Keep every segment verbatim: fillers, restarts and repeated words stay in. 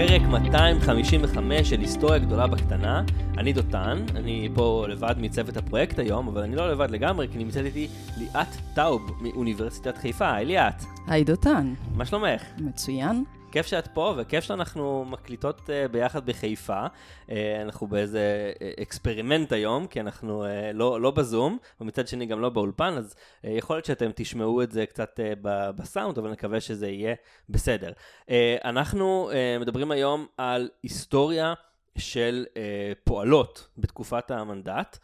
פרק מאתיים חמישים וחמש של היסטוריה גדולה בקטנה. אני דותן, אני פה לבד מצוות הפרויקט היום, אבל אני לא לבד לגמרי, כי נמצאת איתי ליאת טאוב מאוניברסיטת חיפה. היי ליאת. היי דותן. מה שלומך? מצוין. כיף שאת פה, וכיף שאנחנו מקליטות uh, ביחד בחיפה. Uh, אנחנו באיזה uh, אקספרימנט היום, כי אנחנו uh, לא, לא בזום, ומצד שני גם לא באולפן, אז uh, יכול להיות שאתם תשמעו את זה קצת uh, ב- בסאונד, אבל נקווה שזה יהיה בסדר. Uh, אנחנו uh, מדברים היום על היסטוריה של uh, פועלות בתקופת המנדט,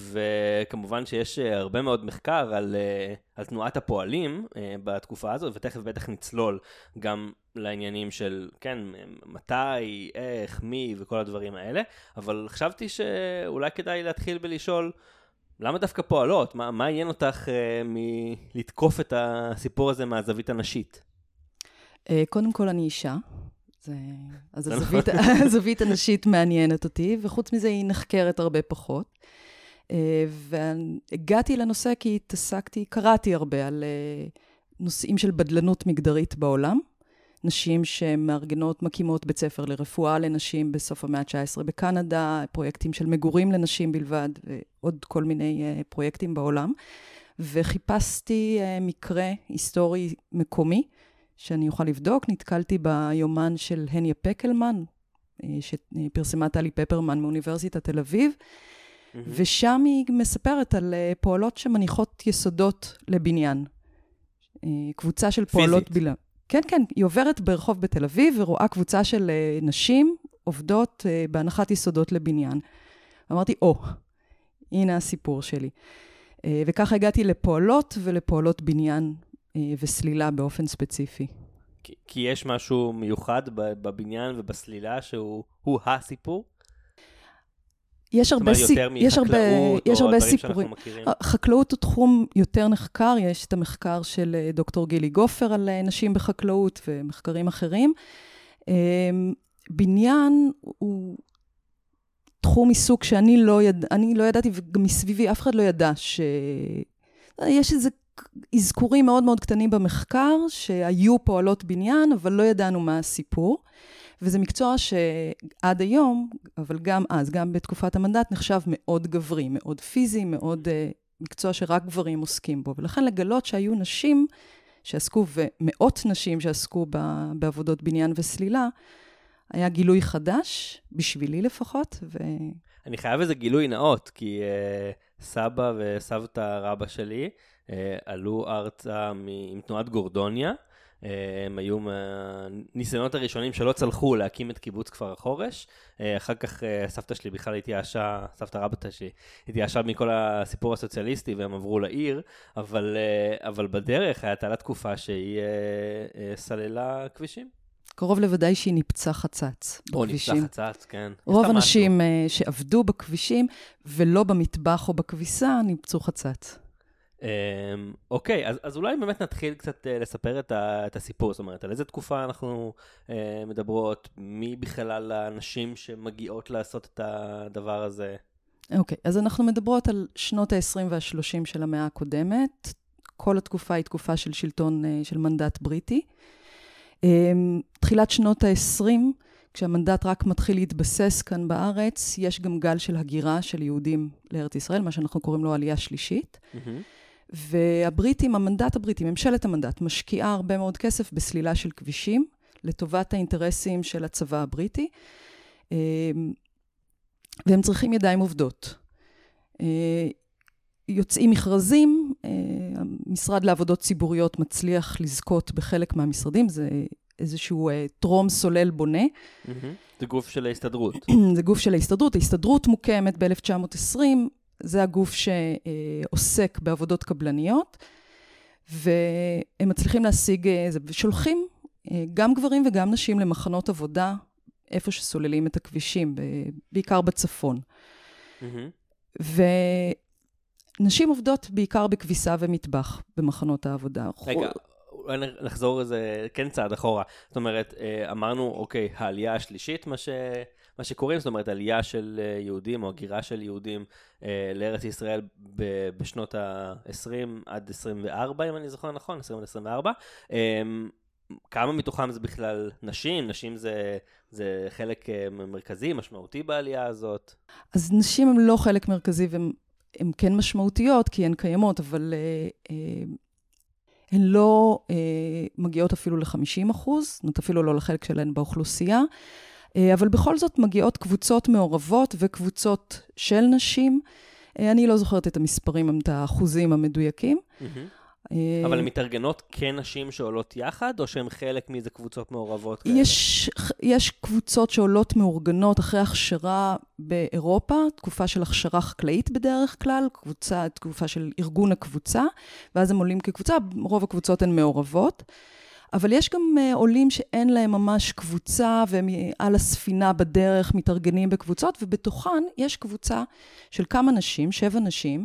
וכמובן שיש uh, הרבה מאוד מחקר על, uh, על תנועת הפועלים uh, בתקופה הזאת, ותכף בטח נצלול גם לעניינים של, כן, מתי, איך, מי וכל הדברים האלה, אבל חשבתי שאולי כדאי להתחיל בלשאול, למה דווקא פועלות? מה, מה עניין אותך uh, מלתקוף את הסיפור הזה מהזווית הנשית? Uh, קודם כל אני אישה. זה, אז הזווית, הזווית הנשית מעניינת אותי, וחוץ מזה היא נחקרת הרבה פחות. Uh, והגעתי לנושא כי התעסקתי, קראתי הרבה על uh, נושאים של בדלנות מגדרית בעולם. נשים שמארגנות, מקימות בית ספר לרפואה לנשים בסוף המאה ה-תשע עשרה בקנדה, פרויקטים של מגורים לנשים בלבד, ועוד כל מיני uh, פרויקטים בעולם. וחיפשתי uh, מקרה היסטורי מקומי, שאני אוכל לבדוק. נתקלתי ביומן של הניה פקלמן, שפרסמה טלי פפרמן מאוניברסיטת תל אביב, mm-hmm. ושם היא מספרת על פועלות שמניחות יסודות לבניין. קבוצה של פועלות בלעם. כן, כן, היא עוברת ברחוב בתל אביב, ורואה קבוצה של נשים עובדות בהנחת יסודות לבניין. אמרתי, או, הנה הסיפור שלי. וככה הגעתי לפועלות ולפועלות בניין וסלילה באופן ספציפי. כי, כי יש משהו מיוחד בבניין ובסלילה שהוא הוא הסיפור? יש הרבה, זאת אומרת, יש הרבה, יש הרבה סיפורים. חקלאות הוא תחום יותר נחקר, יש את המחקר של דוקטור גילי גופר על נשים בחקלאות ומחקרים אחרים. בניין הוא תחום עיסוק שאני לא, יד... אני לא ידעתי, וגם מסביבי אף אחד לא ידע שיש איזה אזכורים מאוד מאוד קטנים במחקר, שהיו פועלות בניין, אבל לא ידענו מה הסיפור. וזה מקצוע שעד היום, אבל גם אז, גם בתקופת המנדט, נחשב מאוד גברי, מאוד פיזי, מאוד uh, מקצוע שרק גברים עוסקים בו. ולכן לגלות שהיו נשים שעסקו, ומאות נשים שעסקו ב- בעבודות בניין וסלילה, היה גילוי חדש, בשבילי לפחות. ו... אני חייב איזה גילוי נאות, כי uh, סבא וסבתא רבא שלי, Uh, עלו ארצה עם תנועת גורדוניה, uh, הם היו מהניסיונות הראשונים שלא צלחו להקים את קיבוץ כפר החורש, uh, אחר כך uh, סבתא שלי בכלל התייאשה, סבתא רבתא שלי התייאשה מכל הסיפור הסוציאליסטי והם עברו לעיר, אבל, uh, אבל בדרך הייתה לה תקופה שהיא uh, uh, סללה כבישים. קרוב לוודאי שהיא ניפצה חצץ או ניפצה חצץ, כן. רוב אנשים uh, שעבדו בכבישים ולא במטבח או בכביסה ניפצו חצץ. אוקיי, אז, אז אולי באמת נתחיל קצת uh, לספר את, ה, את הסיפור, זאת אומרת, על איזה תקופה אנחנו uh, מדברות, מי בכלל האנשים שמגיעות לעשות את הדבר הזה? אוקיי, אז אנחנו מדברות על שנות ה-עשרים וה-שלושים של המאה הקודמת, כל התקופה היא תקופה של שלטון, uh, של מנדט בריטי. Um, תחילת שנות ה-עשרים, כשהמנדט רק מתחיל להתבסס כאן בארץ, יש גם גל של הגירה של יהודים לארץ ישראל, מה שאנחנו קוראים לו עלייה שלישית. Mm-hmm. והבריטים, המנדט הבריטי, ממשלת המנדט, משקיעה הרבה מאוד כסף בסלילה של כבישים, לטובת האינטרסים של הצבא הבריטי, והם צריכים ידיים עובדות. יוצאים מכרזים, המשרד לעבודות ציבוריות מצליח לזכות בחלק מהמשרדים, זה איזשהו טרום סולל בונה. זה גוף של ההסתדרות. זה גוף של ההסתדרות, ההסתדרות מוקמת ב-אלף תשע מאות עשרים, זה הגוף שעוסק בעבודות קבלניות, והם מצליחים להשיג, ושולחים גם גברים וגם נשים למחנות עבודה, איפה שסוללים את הכבישים, בעיקר בצפון. Mm-hmm. ונשים עובדות בעיקר בכביסה ומטבח במחנות העבודה. רגע, אולי נחזור איזה, כן צעד אחורה. זאת אומרת, אמרנו, אוקיי, העלייה השלישית, מה ש... מה שקוראים, זאת אומרת, עלייה של יהודים או הגירה של יהודים אה, לארץ ישראל ב- בשנות ה-עשרים עד עשרים וארבע, אם אני זוכר נכון, עשרים עד עשרים וארבע. אה, כמה מתוכם זה בכלל נשים? נשים זה, זה חלק מרכזי, משמעותי בעלייה הזאת? אז נשים הם לא חלק מרכזי, והן כן משמעותיות, כי הן קיימות, אבל אה, אה, הן לא אה, מגיעות אפילו ל-חמישים אחוז, זאת אומרת, אפילו לא לחלק שלהן באוכלוסייה, אה, אבל בכל זאת מגיעות קבוצות מעורבות וקבוצות של נשים. אה, אני לא זוכרת את המספרים, את האחוזים המדויקים. Mm-hmm. אבל הן מתארגנות כנשים שעולות יחד, או שהן חלק מאיזה קבוצות מעורבות כאלה? יש, יש קבוצות שעולות מאורגנות אחרי הכשרה באירופה, תקופה של הכשרה חקלאית בדרך כלל, קבוצה, תקופה של ארגון הקבוצה, ואז הם עולים כקבוצה, רוב הקבוצות הן מעורבות. אבל יש גם עולים שאין להם ממש קבוצה, והם על הספינה בדרך מתארגנים בקבוצות, ובתוכן יש קבוצה של כמה נשים, שבע נשים,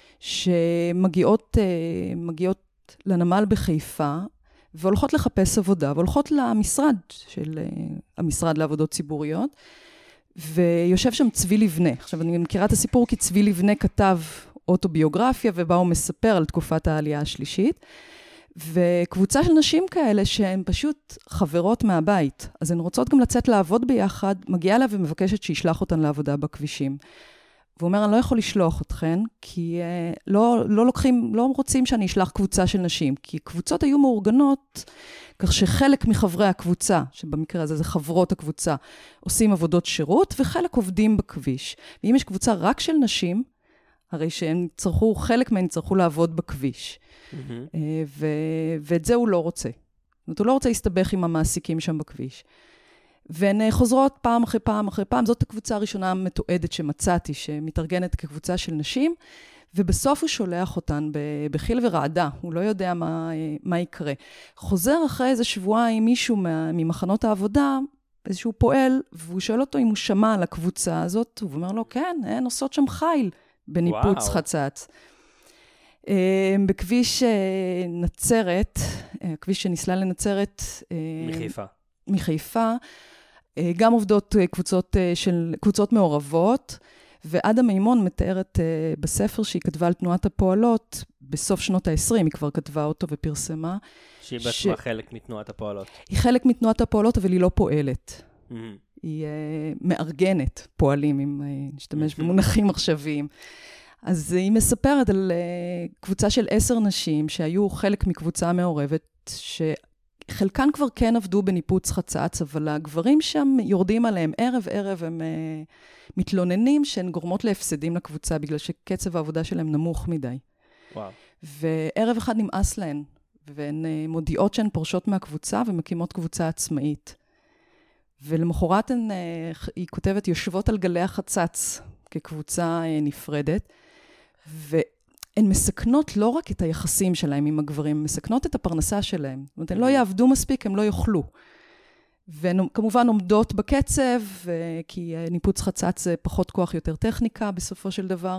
שמגיעות מגיעות לנמל בחיפה, והולכות לחפש עבודה, והולכות למשרד של המשרד לעבודות ציבוריות, ויושב שם צבי לבנה. עכשיו, אני מכירה את הסיפור, כי צבי לבנה כתב אוטוביוגרפיה, ובה הוא מספר על תקופת העלייה השלישית, וקבוצה של נשים כאלה שהן פשוט חברות מהבית, אז הן רוצות גם לצאת לעבוד ביחד, מגיעה לה ומבקשת שישלח אותן לעבודה בכבישים. והוא אומר, אני לא יכול לשלוח אתכן, כי uh, לא, לא לוקחים, לא רוצים שאני אשלח קבוצה של נשים, כי קבוצות היו מאורגנות, כך שחלק מחברי הקבוצה, שבמקרה הזה זה חברות הקבוצה, עושים עבודות שירות, וחלק עובדים בכביש. ואם יש קבוצה רק של נשים, הרי שהם צריכו, חלק מהן צריכו לעבוד בכביש. Mm-hmm. Uh, ו- ואת זה הוא לא רוצה. זאת אומרת, הוא לא רוצה להסתבך עם המעסיקים שם בכביש. והן חוזרות פעם אחרי פעם אחרי פעם, זאת הקבוצה הראשונה המתועדת שמצאתי, שמתארגנת כקבוצה של נשים, ובסוף הוא שולח אותן בחיל ורעדה, הוא לא יודע מה, מה יקרה. חוזר אחרי איזה שבועיים מישהו ממחנות העבודה, איזשהו פועל, והוא שואל אותו אם הוא שמע על הקבוצה הזאת, הוא אומר לו, כן, הן עושות שם חיל, בניפוץ וואו. חצץ. בכביש נצרת, הכביש שנסלל לנצרת, מחיפה. מחיפה, גם עובדות קבוצות, של, קבוצות מעורבות, ועדה מימון מתארת בספר שהיא כתבה על תנועת הפועלות, בסוף שנות ה-עשרים היא כבר כתבה אותו ופרסמה. שהיא בעצמה ש... חלק מתנועת הפועלות. היא חלק מתנועת הפועלות, אבל היא לא פועלת. Mm-hmm. היא uh, מארגנת פועלים, אם uh, נשתמש mm-hmm. במונחים עכשוויים. אז היא מספרת על uh, קבוצה של עשר נשים, שהיו חלק מקבוצה מעורבת, ש... חלקן כבר כן עבדו בניפוץ חצץ, אבל הגברים שם יורדים עליהם ערב ערב, הם uh, מתלוננים שהן גורמות להפסדים לקבוצה, בגלל שקצב העבודה שלהם נמוך מדי. וואו. וערב אחד נמאס להן, והן uh, מודיעות שהן פורשות מהקבוצה ומקימות קבוצה עצמאית. ולמחרת הן, uh, היא כותבת, יושבות על גלי החצץ כקבוצה uh, נפרדת, ו... הן מסכנות לא רק את היחסים שלהם עם הגברים, הן מסכנות את הפרנסה שלהם. זאת אומרת, הן לא יעבדו מספיק, הן לא יאכלו. והן כמובן עומדות בקצב, כי ניפוץ חצץ זה פחות כוח, יותר טכניקה בסופו של דבר.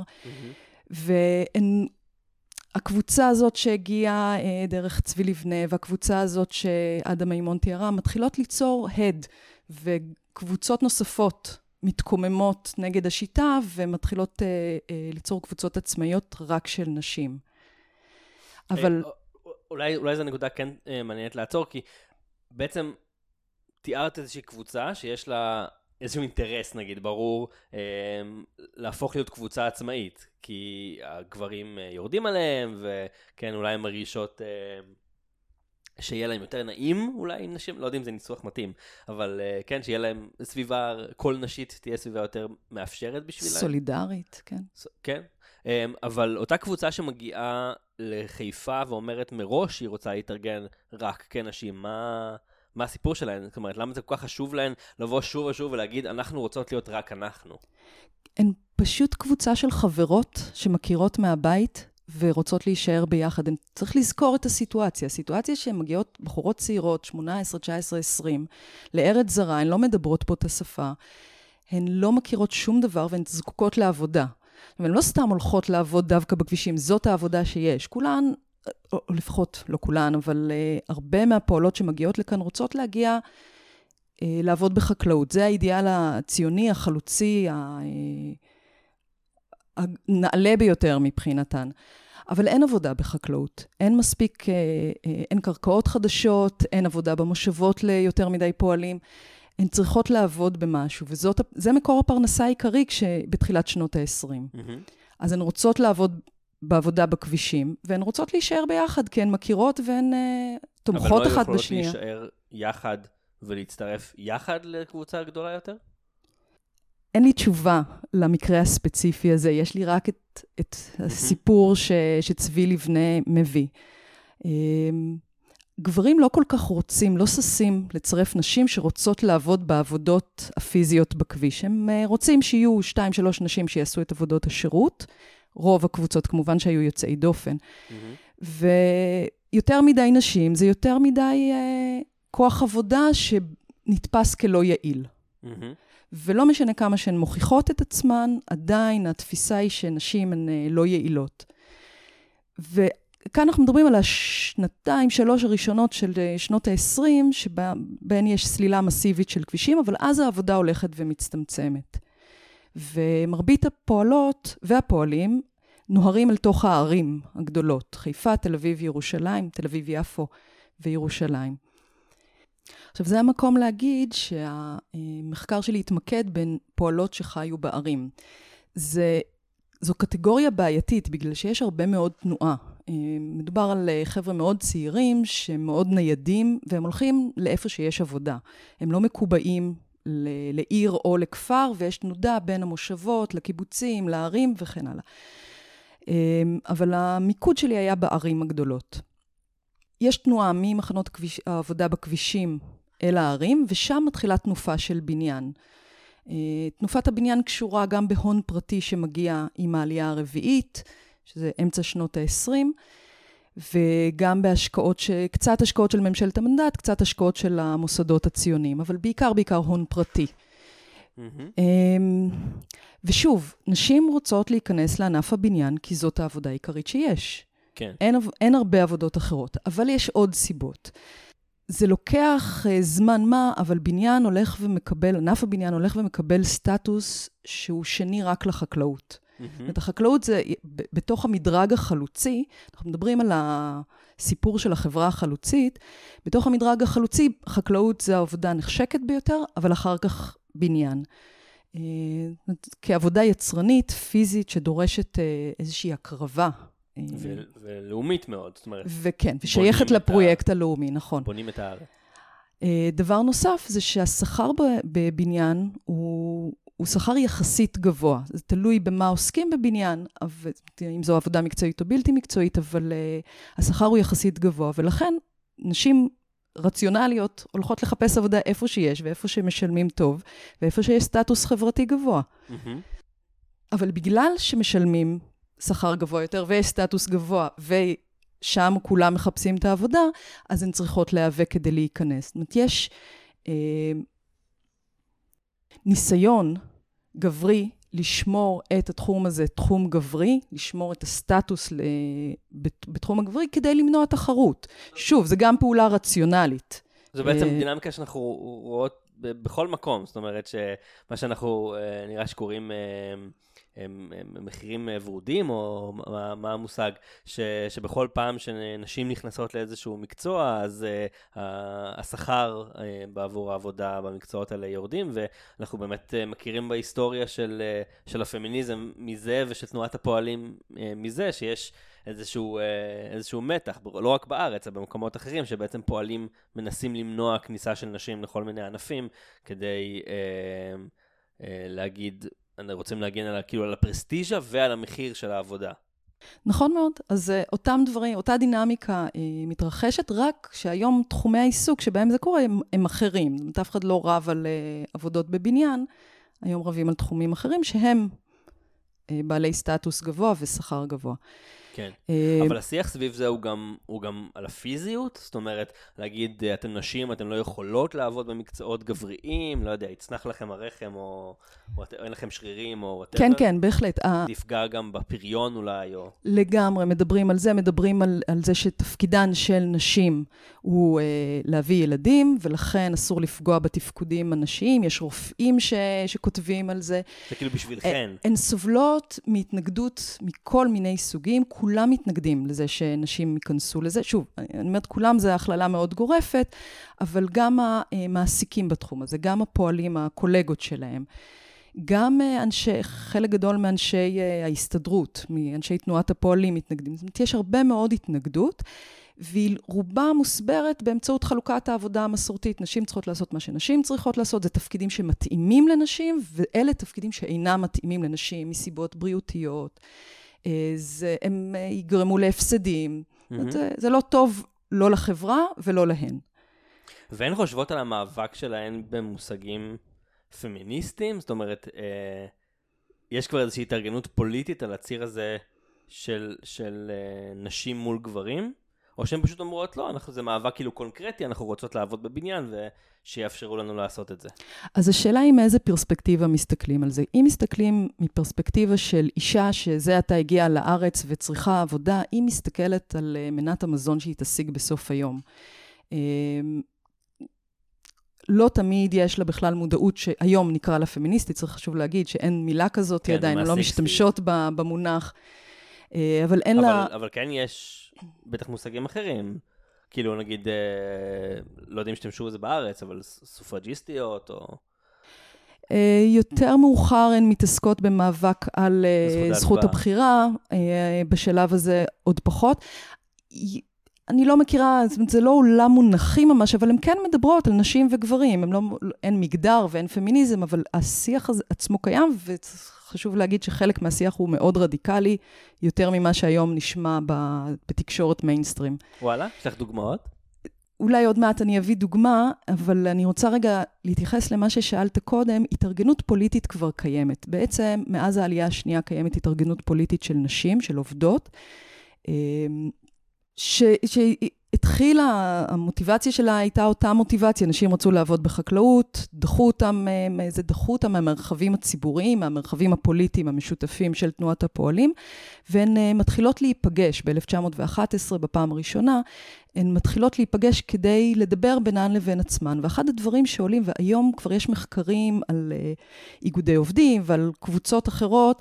והקבוצה הזאת שהגיעה דרך צבי לבנה, והקבוצה הזאת שעדה מימון תיארה, מתחילות ליצור הד, וקבוצות נוספות, מתקוממות נגד השיטה, ומתחילות אה, אה, ליצור קבוצות עצמאיות רק של נשים. אבל... אולי, אולי זו נקודה כן אה, מעניינת לעצור, כי בעצם תיארת איזושהי קבוצה שיש לה איזשהו אינטרס, נגיד, ברור, אה, להפוך להיות קבוצה עצמאית, כי הגברים אה, יורדים עליהם, וכן, אולי הם מרגישות... אה, שיהיה להם יותר נעים, אולי עם נשים, לא יודע אם זה ניסוח מתאים, אבל uh, כן, שיהיה להם סביבה, כל נשית תהיה סביבה יותר מאפשרת בשבילם. סולידרית, כן. ס, כן, um, אבל אותה קבוצה שמגיעה לחיפה ואומרת מראש שהיא רוצה להתארגן רק כנשים, מה, מה הסיפור שלהן? זאת אומרת, למה זה כל כך חשוב להן לבוא שוב ושוב ולהגיד, אנחנו רוצות להיות רק אנחנו? הן פשוט קבוצה של חברות שמכירות מהבית, ורוצות להישאר ביחד. צריך לזכור את הסיטואציה. הסיטואציה שהן מגיעות בחורות צעירות, שמונה עשרה, תשע עשרה, עשרים, לארץ זרה, הן לא מדברות פה את השפה, הן לא מכירות שום דבר, והן זקוקות לעבודה. והן לא סתם הולכות לעבוד דווקא בכבישים, זאת העבודה שיש. כולן, או לפחות לא כולן, אבל uh, הרבה מהפועלות שמגיעות לכאן רוצות להגיע uh, לעבוד בחקלאות. זה האידיאל הציוני, החלוצי, ה... Uh, הנעלה ביותר מבחינתן. אבל אין עבודה בחקלאות. אין מספיק, אין קרקעות חדשות, אין עבודה במושבות ליותר מדי פועלים. הן צריכות לעבוד במשהו, וזה מקור הפרנסה העיקרי בתחילת שנות ה-עשרים. Mm-hmm. אז הן רוצות לעבוד בעבודה בכבישים, והן רוצות להישאר ביחד, כי הן מכירות והן uh, תומכות אחת בשנייה. אבל לא יכולות להישאר יחד ולהצטרף יחד לקבוצה גדולה יותר? אין לי תשובה למקרה הספציפי הזה, יש לי רק את, את הסיפור ש, שצבי לבנה מביא. גברים לא כל כך רוצים, לא ששים לצרף נשים שרוצות לעבוד בעבודות הפיזיות בכביש. הם רוצים שיהיו שתיים, שלוש נשים שיעשו את עבודות השירות, רוב הקבוצות כמובן שהיו יוצאי דופן. Mm-hmm. ויותר מדי נשים זה יותר מדי uh, כוח עבודה שנתפס כלא יעיל. Mm-hmm. ולא משנה כמה שהן מוכיחות את עצמן, עדיין התפיסה היא שנשים הן uh, לא יעילות. וכאן אנחנו מדברים על השנתיים, שלוש הראשונות של uh, שנות ה-עשרים, שבהן יש סלילה מסיבית של כבישים, אבל אז העבודה הולכת ומצטמצמת. ומרבית הפועלות והפועלים נוהרים אל תוך הערים הגדולות, חיפה, תל אביב, ירושלים, תל אביב, יפו וירושלים. עכשיו, זה המקום להגיד שהמחקר שלי התמקד בין פועלות שחיו בערים. זה, זו קטגוריה בעייתית, בגלל שיש הרבה מאוד תנועה. מדובר על חבר'ה מאוד צעירים, שמאוד ניידים, והם הולכים לאיפה שיש עבודה. הם לא מקובעים לעיר או לכפר, ויש תנודה בין המושבות, לקיבוצים, לערים וכן הלאה. אבל המיקוד שלי היה בערים הגדולות. יש תנועה ממחנות כביש, העבודה בכבישים אל הערים, ושם מתחילה תנופה של בניין. תנופת הבניין קשורה גם בהון פרטי שמגיע עם העלייה הרביעית, שזה אמצע שנות ה-עשרים, וגם בהשקעות, ש... קצת השקעות של ממשלת המנדט, קצת השקעות של המוסדות הציוניים, אבל בעיקר, בעיקר הון פרטי. Mm-hmm. ושוב, נשים רוצות להיכנס לענף הבניין, כי זאת העבודה העיקרית שיש. כן. אין, אין הרבה עבודות אחרות, אבל יש עוד סיבות. זה לוקח זמן מה, אבל בניין הולך ומקבל, ענף הבניין הולך ומקבל סטטוס שהוא שני רק לחקלאות. Mm-hmm. את החקלאות זה, בתוך המדרג החלוצי, אנחנו מדברים על הסיפור של החברה החלוצית, בתוך המדרג החלוצי, חקלאות זה העבודה הנחשקת ביותר, אבל אחר כך בניין. כעבודה יצרנית, פיזית, שדורשת איזושהי הקרבה. ו- ולאומית מאוד, זאת אומרת. וכן, ושייכת לפרויקט הלאומי, נכון. בונים את הארץ. דבר נוסף זה שהשכר בבניין הוא... הוא שכר יחסית גבוה. זה תלוי במה עוסקים בבניין, אם זו עבודה מקצועית או בלתי מקצועית, אבל uh, השכר הוא יחסית גבוה, ולכן נשים רציונליות הולכות לחפש עבודה איפה שיש, ואיפה שמשלמים טוב, ואיפה שיש סטטוס חברתי גבוה. Mm-hmm. אבל בגלל שמשלמים שכר גבוה יותר, ויש סטטוס גבוה, ושם כולם מחפשים את העבודה, אז הן צריכות להיאבק כדי להיכנס. זאת אומרת, יש... Uh, ניסיון גברי לשמור את התחום הזה, תחום גברי, לשמור את הסטטוס בתחום הגברי, כדי למנוע תחרות. שוב, זה גם פעולה רציונלית. זו בעצם דינמיקה שאנחנו רואות בכל מקום, זאת אומרת שמה שאנחנו נראה שקוראים הם, הם מחירים ורודים, או מה, מה המושג, ש, שבכל פעם שנשים נכנסות לאיזשהו מקצוע, אז uh, השכר uh, בעבור העבודה במקצועות האלה יורדים, ואנחנו באמת uh, מכירים בהיסטוריה של, uh, של הפמיניזם מזה, ושל תנועת הפועלים uh, מזה, שיש איזשהו, uh, איזשהו מתח, לא רק בארץ, אבל במקומות אחרים, שבעצם פועלים מנסים למנוע כניסה של נשים לכל מיני ענפים, כדי uh, uh, להגיד... אנחנו רוצים להגן על, כאילו, על הפרסטיג'ה ועל המחיר של העבודה. נכון מאוד. אז uh, אותם דברים, אותה דינמיקה uh, מתרחשת, רק שהיום תחומי העיסוק שבהם זה קורה הם, הם אחרים. זאת אומרת, אף אחד לא רב על uh, עבודות בבניין, היום רבים על תחומים אחרים שהם uh, בעלי סטטוס גבוה ושכר גבוה. כן, אבל השיח סביב זה הוא גם, הוא גם על הפיזיות, זאת אומרת, להגיד, אתם נשים, אתם לא יכולות לעבוד במקצועות גבריים, לא יודע, יצנח לכם הרחם, או, או אין לכם שרירים, או whatever. כן, כן, בהחלט. תפגע גם בפריון אולי, או... לגמרי, מדברים על זה, מדברים על, על זה שתפקידן של נשים הוא אה, להביא ילדים, ולכן אסור לפגוע בתפקודים הנשיים, יש רופאים ש, שכותבים על זה. זה כאילו בשבילכן. הן סובלות מהתנגדות מכל מיני סוגים, כולם מתנגדים לזה שנשים ייכנסו לזה. שוב, אני אומרת, כולם זה הכללה מאוד גורפת, אבל גם המעסיקים בתחום הזה, גם הפועלים, הקולגות שלהם, גם אנשי, חלק גדול מאנשי ההסתדרות, מאנשי תנועת הפועלים מתנגדים. זאת אומרת, יש הרבה מאוד התנגדות, והיא רובה מוסברת באמצעות חלוקת העבודה המסורתית. נשים צריכות לעשות מה שנשים צריכות לעשות, זה תפקידים שמתאימים לנשים, ואלה תפקידים שאינם מתאימים לנשים מסיבות בריאותיות. זה, הם יגרמו להפסדים. Mm-hmm. זה, זה לא טוב לא לחברה ולא להן. והן חושבות על המאבק שלהן במושגים פמיניסטיים? זאת אומרת, אה, יש כבר איזושהי התארגנות פוליטית על הציר הזה של, של אה, נשים מול גברים? או שהן פשוט אומרות, לא, אנחנו, זה מאבק כאילו קונקרטי, אנחנו רוצות לעבוד בבניין, ושיאפשרו לנו לעשות את זה. אז השאלה היא מאיזה פרספקטיבה מסתכלים על זה. אם מסתכלים מפרספקטיבה של אישה שזה עתה הגיעה לארץ וצריכה עבודה, היא מסתכלת על מנת המזון שהיא תשיג בסוף היום. לא תמיד יש לה בכלל מודעות שהיום נקרא לה פמיניסטית, צריך חשוב להגיד שאין מילה כזאת, כן, עדיין לא משתמשות במונח, אבל אין אבל, לה... אבל כן יש בטח מושגים אחרים, כאילו נגיד, אה, לא יודעים שתמשו בזה בארץ, אבל סופרג'יסטיות או... אה, יותר מאוחר הן מתעסקות במאבק על אה, זכות הבחירה, אה, בשלב הזה עוד פחות. אני לא מכירה, זאת אומרת, זה לא עולם מונחים ממש, אבל הן כן מדברות על נשים וגברים, הם לא, אין מגדר ואין פמיניזם, אבל השיח הזה עצמו קיים, וחשוב להגיד שחלק מהשיח הוא מאוד רדיקלי, יותר ממה שהיום נשמע בתקשורת מיינסטרים. וואלה, יש לך דוגמאות? אולי עוד מעט אני אביא דוגמה, אבל אני רוצה רגע להתייחס למה ששאלת קודם, התארגנות פוליטית כבר קיימת. בעצם, מאז העלייה השנייה קיימת התארגנות פוליטית של נשים, של עובדות, ש, שהתחילה, המוטיבציה שלה הייתה אותה מוטיבציה, נשים רצו לעבוד בחקלאות, דחו אותם, זה דחו אותם מהמרחבים הציבוריים, מהמרחבים הפוליטיים המשותפים של תנועת הפועלים, והן מתחילות להיפגש ב-אלף תשע מאות ואחת עשרה בפעם הראשונה, הן מתחילות להיפגש כדי לדבר בינן לבין עצמן, ואחד הדברים שעולים, והיום כבר יש מחקרים על איגודי עובדים ועל קבוצות אחרות,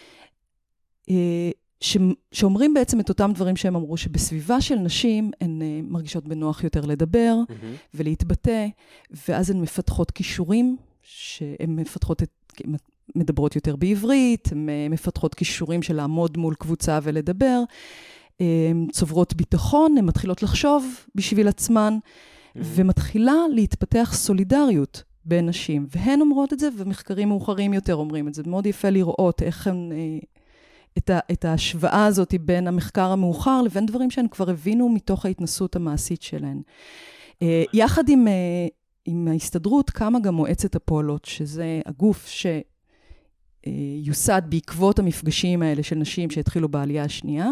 ש... שאומרים בעצם את אותם דברים שהם אמרו, שבסביבה של נשים הן uh, מרגישות בנוח יותר לדבר mm-hmm. ולהתבטא, ואז הן מפתחות כישורים, שהן מפתחות את, מדברות יותר בעברית, הן מפתחות כישורים של לעמוד מול קבוצה ולדבר, הן צוברות ביטחון, הן מתחילות לחשוב בשביל עצמן, mm-hmm. ומתחילה להתפתח סולידריות בין נשים, והן אומרות את זה, ומחקרים מאוחרים יותר אומרים את זה. מאוד יפה לראות איך הן... את, ה, את ההשוואה הזאת בין המחקר המאוחר לבין דברים שהן כבר הבינו מתוך ההתנסות המעשית שלהן. Uh, יחד עם, uh, עם ההסתדרות קמה גם מועצת הפועלות, שזה הגוף שיוסד בעקבות המפגשים האלה של נשים שהתחילו בעלייה השנייה,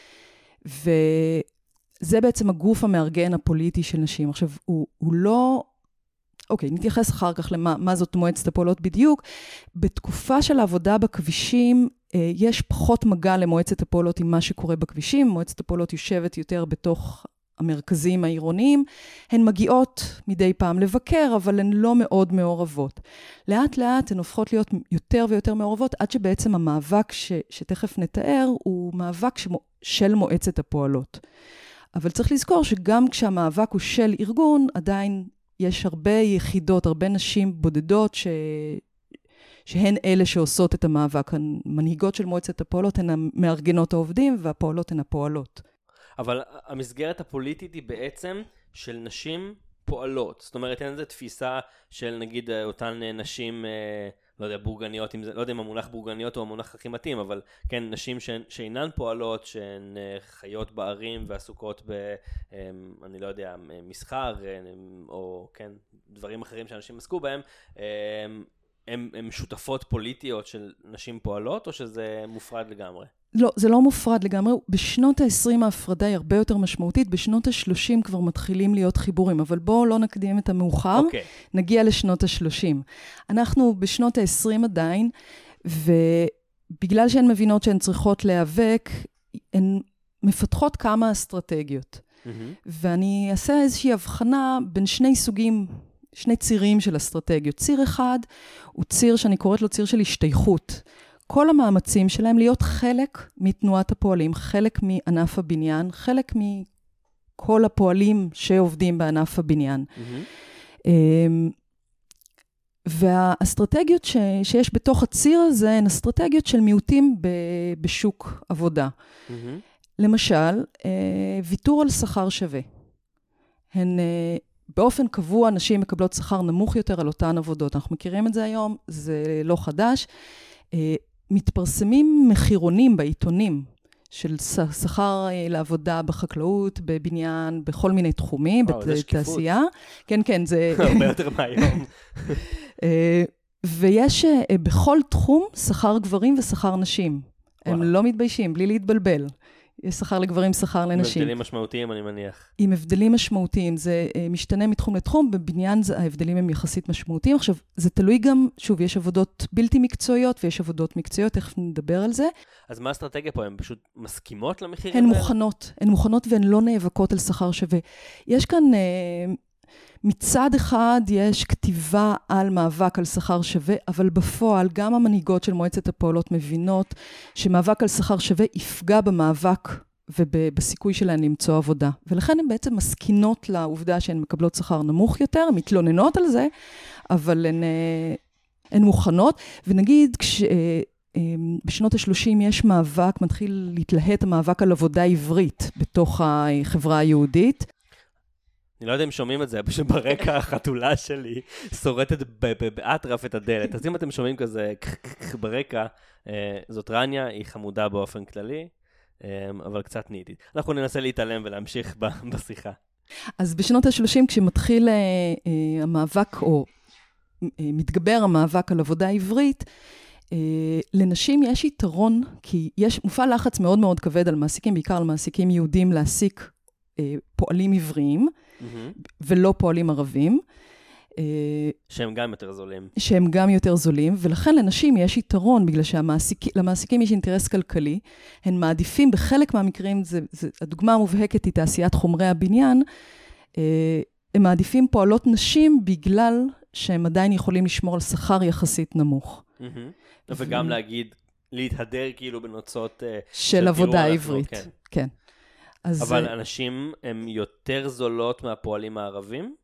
וזה בעצם הגוף המארגן הפוליטי של נשים. עכשיו, הוא, הוא לא... אוקיי, נתייחס אחר כך למה מה זאת מועצת הפועלות בדיוק. בתקופה של העבודה בכבישים, יש פחות מגע למועצת הפועלות עם מה שקורה בכבישים. מועצת הפועלות יושבת יותר בתוך המרכזים העירוניים. הן מגיעות מדי פעם לבקר, אבל הן לא מאוד מעורבות. לאט לאט הן הופכות להיות יותר ויותר מעורבות, עד שבעצם המאבק ש, שתכף נתאר, הוא מאבק שמו, של מועצת הפועלות. אבל צריך לזכור שגם כשהמאבק הוא של ארגון, עדיין יש הרבה יחידות, הרבה נשים בודדות ש... שהן אלה שעושות את המאבק. המנהיגות של מועצת הפועלות הן המארגנות העובדים, והפועלות הן הפועלות. אבל המסגרת הפוליטית היא בעצם של נשים פועלות. זאת אומרת, אין איזו תפיסה של נגיד אותן נשים, לא יודע, בורגניות, לא יודע אם המונח בורגניות הוא המונח הכי מתאים, אבל כן, נשים שאינן פועלות, שהן חיות בערים ועסוקות ב, אני לא יודע, מסחר, או כן, דברים אחרים שאנשים עסקו בהם, הן שותפות פוליטיות של נשים פועלות, או שזה מופרד לגמרי? לא, זה לא מופרד לגמרי. בשנות ה-עשרים ההפרדה היא הרבה יותר משמעותית, בשנות ה-שלושים כבר מתחילים להיות חיבורים, אבל בואו לא נקדים את המאוחר, okay. נגיע לשנות ה-שלושים. אנחנו בשנות ה-עשרים עדיין, ובגלל שהן מבינות שהן צריכות להיאבק, הן מפתחות כמה אסטרטגיות. Mm-hmm. ואני אעשה איזושהי הבחנה בין שני סוגים, שני צירים של אסטרטגיות. ציר אחד הוא ציר שאני קוראת לו ציר של השתייכות. כל המאמצים שלהם להיות חלק מתנועת הפועלים, חלק מענף הבניין, חלק מכל הפועלים שעובדים בענף הבניין. Mm-hmm. והאסטרטגיות ש, שיש בתוך הציר הזה, הן אסטרטגיות של מיעוטים ב, בשוק עבודה. Mm-hmm. למשל, ויתור על שכר שווה. הן באופן קבוע, נשים מקבלות שכר נמוך יותר על אותן עבודות. אנחנו מכירים את זה היום, זה לא חדש. מתפרסמים מחירונים בעיתונים של שכר לעבודה בחקלאות, בבניין, בכל מיני תחומים, בתעשייה. כן, כן, זה... הרבה יותר מהיום. ויש בכל תחום שכר גברים ושכר נשים. הם לא מתביישים, בלי להתבלבל. יש שכר לגברים, שכר לנשים. עם הבדלים משמעותיים, אני מניח. עם הבדלים משמעותיים. זה משתנה מתחום לתחום, בבניין ההבדלים הם יחסית משמעותיים. עכשיו, זה תלוי גם, שוב, יש עבודות בלתי מקצועיות, ויש עבודות מקצועיות, תכף נדבר על זה. אז מה האסטרטגיה פה? הן פשוט מסכימות למחירים? הן מוכנות. הן מוכנות והן לא נאבקות על שכר שווה. יש כאן... מצד אחד יש כתיבה על מאבק על שכר שווה, אבל בפועל גם המנהיגות של מועצת הפועלות מבינות שמאבק על שכר שווה יפגע במאבק ובסיכוי שלהן למצוא עבודה. ולכן הן בעצם מסכינות לעובדה שהן מקבלות שכר נמוך יותר, הן מתלוננות על זה, אבל הן, הן מוכנות. ונגיד, כש... בשנות ה-שלושים יש מאבק, מתחיל להתלהט המאבק על עבודה עברית בתוך החברה היהודית. אני לא יודע אם שומעים את זה, פשוט ברקע החתולה שלי שורטת באטרף את הדלת. אז אם אתם שומעים כזה ברקע, זאת רניה, היא חמודה באופן כללי, אבל קצת ניטית. אנחנו ננסה להתעלם ולהמשיך בשיחה. אז בשנות ה-שלושים, כשמתחיל המאבק, או מתגבר המאבק על עבודה עברית, לנשים יש יתרון, כי יש מופעל לחץ מאוד מאוד כבד על מעסיקים, בעיקר על מעסיקים יהודים להעסיק פועלים עבריים, ולא פועלים ערבים. שהם גם יותר זולים. שהם גם יותר זולים, ולכן לנשים יש יתרון, בגלל שלמעסיקים יש אינטרס כלכלי, הן מעדיפים בחלק מהמקרים, זה, זה, הדוגמה המובהקת היא תעשיית חומרי הבניין, הם מעדיפים פועלות נשים בגלל שהם עדיין יכולים לשמור על שכר יחסית נמוך. וגם להגיד, להתהדר כאילו בנוצות של עבודה עברית. כן. אבל אנשים הם יותר זולות מהפועלים הערבים?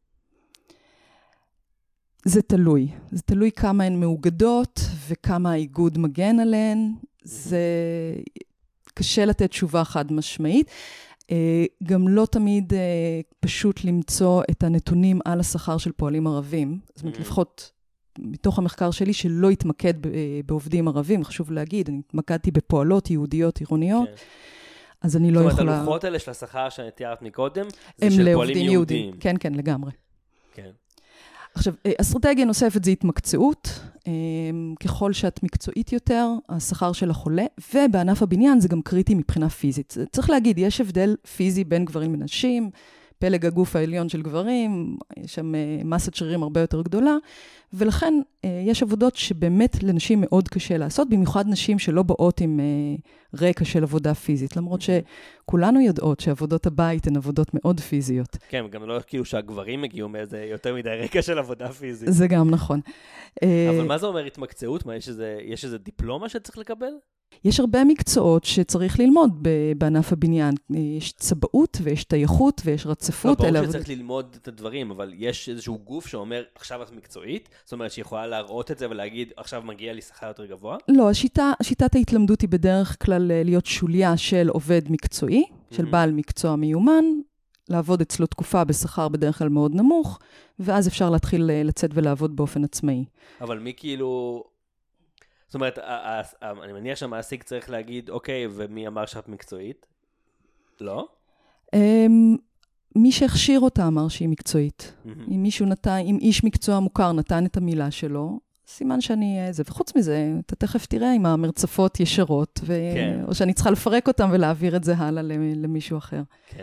זה תלוי. זה תלוי כמה הן מאוגדות וכמה האיגוד מגן עליהן. זה קשה לתת תשובה חד משמעית. גם לא תמיד פשוט למצוא את הנתונים על השכר של פועלים ערבים. זאת אומרת, לפחות מתוך המחקר שלי שלא התמקד בעובדים ערבים, חשוב להגיד, אני התמקדתי בפועלות יהודיות עירוניות. אז אני לא יכולה... זאת אומרת, הלוחות האלה של השכר שאני תיארת מקודם, זה של פועלים יהודים. כן, כן, לגמרי. כן. עכשיו, אסטרטגיה נוספת זה התמקצעות. ככל שאת מקצועית יותר, השכר של החולה, ובענף הבניין זה גם קריטי מבחינה פיזית. צריך להגיד, יש הבדל פיזי בין גברים ונשים, פלג הגוף העליון של גברים, יש שם מסת שרירים הרבה יותר גדולה, ולכן יש עבודות שבאמת לנשים מאוד קשה לעשות, במיוחד נשים שלא באות עם רקע של עבודה פיזית, למרות שכולנו יודעות שעבודות הבית הן עבודות מאוד פיזיות. כן, גם לא כאילו שהגברים הגיעו מאיזה יותר מדי רקע של עבודה פיזית. זה גם נכון. אבל מה זה אומר התמקצעות? מה, יש איזה, יש איזה דיפלומה שצריך לקבל? יש הרבה מקצועות שצריך ללמוד בענף הבניין. יש צבאות ויש תייכות ויש רצפות. לא, ברור שצריך ללמוד את הדברים, אבל יש איזשהו גוף שאומר, עכשיו את מקצועית? זאת אומרת שיכולה להראות את זה ולהגיד, עכשיו מגיע לי שכר יותר גבוה? לא, השיטה, שיטת ההתלמדות היא בדרך כלל להיות שוליה של עובד מקצועי, של בעל מקצוע מיומן, לעבוד אצלו תקופה בשכר בדרך כלל מאוד נמוך, ואז אפשר להתחיל לצאת ולעבוד באופן עצמאי. אבל מי כאילו... זאת אומרת, אני מניח שהמעסיק צריך להגיד, אוקיי, ומי אמר שאת מקצועית? לא? מי שהכשיר אותה אמר שהיא מקצועית. אם מישהו נתן, אם איש מקצוע מוכר נתן את המילה שלו, סימן שאני זה. וחוץ מזה, אתה תכף תראה אם המרצפות ישרות, ו... כן. או שאני צריכה לפרק אותם ולהעביר את זה הלאה למישהו אחר. כן.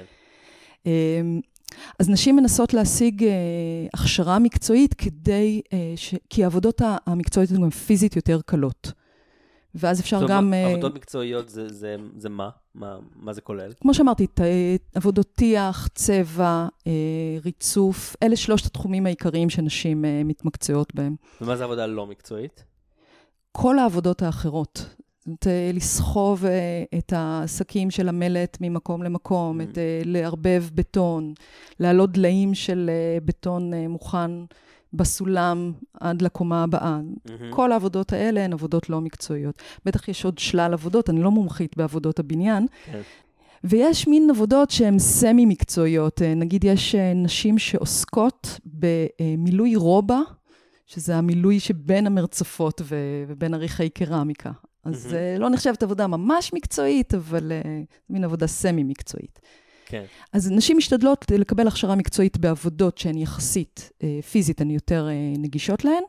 אז נשים מנסות להשיג אה, הכשרה מקצועית כדי, אה, ש... כי העבודות המקצועיות הן גם פיזית יותר קלות. ואז אפשר זאת גם... אומרת, עבודות מקצועיות זה, זה, זה מה? מה? מה זה כולל? כמו שאמרתי, ת... עבודות טיח, צבע, אה, ריצוף, אלה שלושת התחומים העיקריים שנשים אה, מתמקצעות בהם. ומה זה עבודה לא מקצועית? כל העבודות האחרות. זאת אומרת, לסחוב את העסקים של המלט ממקום למקום, את לערבב בטון, לעלות דליים של בטון מוכן בסולם עד לקומה הבאה. כל העבודות האלה הן עבודות לא מקצועיות. בטח יש עוד שלל עבודות, אני לא מומחית בעבודות הבניין. ויש מין עבודות שהן סמי מקצועיות. נגיד, יש נשים שעוסקות במילוי רובה, שזה המילוי שבין המרצפות ובין עריכי קרמיקה. אז זה לא נחשבת עבודה ממש מקצועית, אבל מין עבודה סמי-מקצועית. כן. אז נשים משתדלות לקבל הכשרה מקצועית בעבודות שהן יחסית פיזית, הן יותר נגישות להן,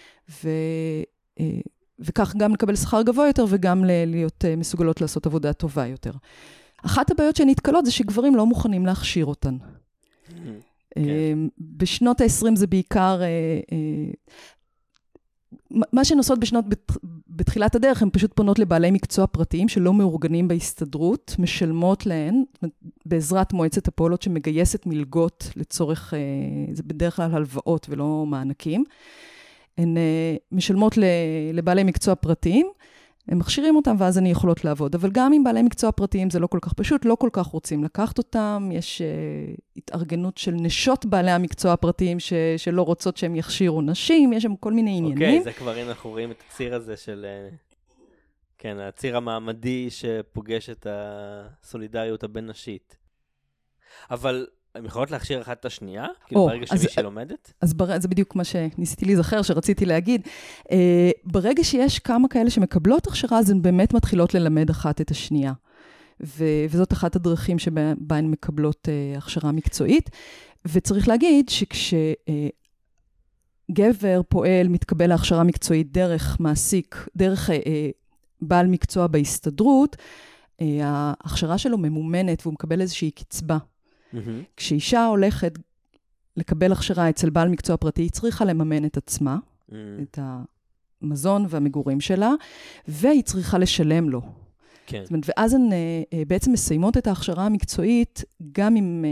וכך גם לקבל שכר גבוה יותר, וגם להיות מסוגלות לעשות עבודה טובה יותר. אחת הבעיות שהן נתקלות זה שגברים לא מוכנים להכשיר אותן. בשנות ה-עשרים זה בעיקר... מה שהן עושות בשנות, בתחילת הדרך, הן פשוט פונות לבעלי מקצוע פרטיים שלא מאורגנים בהסתדרות, משלמות להן, בעזרת מועצת הפועלות שמגייסת מלגות לצורך, זה בדרך כלל הלוואות ולא מענקים. הן משלמות לבעלי מקצוע פרטיים, הם מכשירים אותם ואז הן יכולות לעבוד. אבל גם עם בעלי מקצוע פרטיים זה לא כל כך פשוט, לא כל כך רוצים לקחת אותם. יש uh, התארגנות של נשות בעלי המקצוע הפרטיים ש, שלא רוצות שהם יכשירו נשים, יש שם כל מיני עניינים. אוקיי, okay, זה כבר אם אנחנו רואים את הציר הזה של, כן, הציר המעמדי שפוגש את הסולידריות הבין-נשית. אבל... הן יכולות להכשיר אחת את השנייה? כאילו ברגע שמישהי לומדת? אז זה בדיוק מה שניסיתי להיזכר, שרציתי להגיד. ברגע שיש כמה כאלה שמקבלות הכשרה, אז הן באמת מתחילות ללמד אחת את השנייה. וזאת אחת הדרכים שבה הן מקבלות הכשרה מקצועית. וצריך להגיד שכשגבר פועל מתקבל להכשרה מקצועית דרך מעסיק, דרך בעל מקצוע בהסתדרות, ההכשרה שלו ממומנת והוא מקבל איזושהי קצבה. Mm-hmm. כשאישה הולכת לקבל הכשרה אצל בעל מקצוע פרטי, היא צריכה לממן את עצמה, mm-hmm. את המזון והמגורים שלה, והיא צריכה לשלם לו. כן. זאת אומרת, ואז הן בעצם מסיימות את ההכשרה המקצועית, גם עם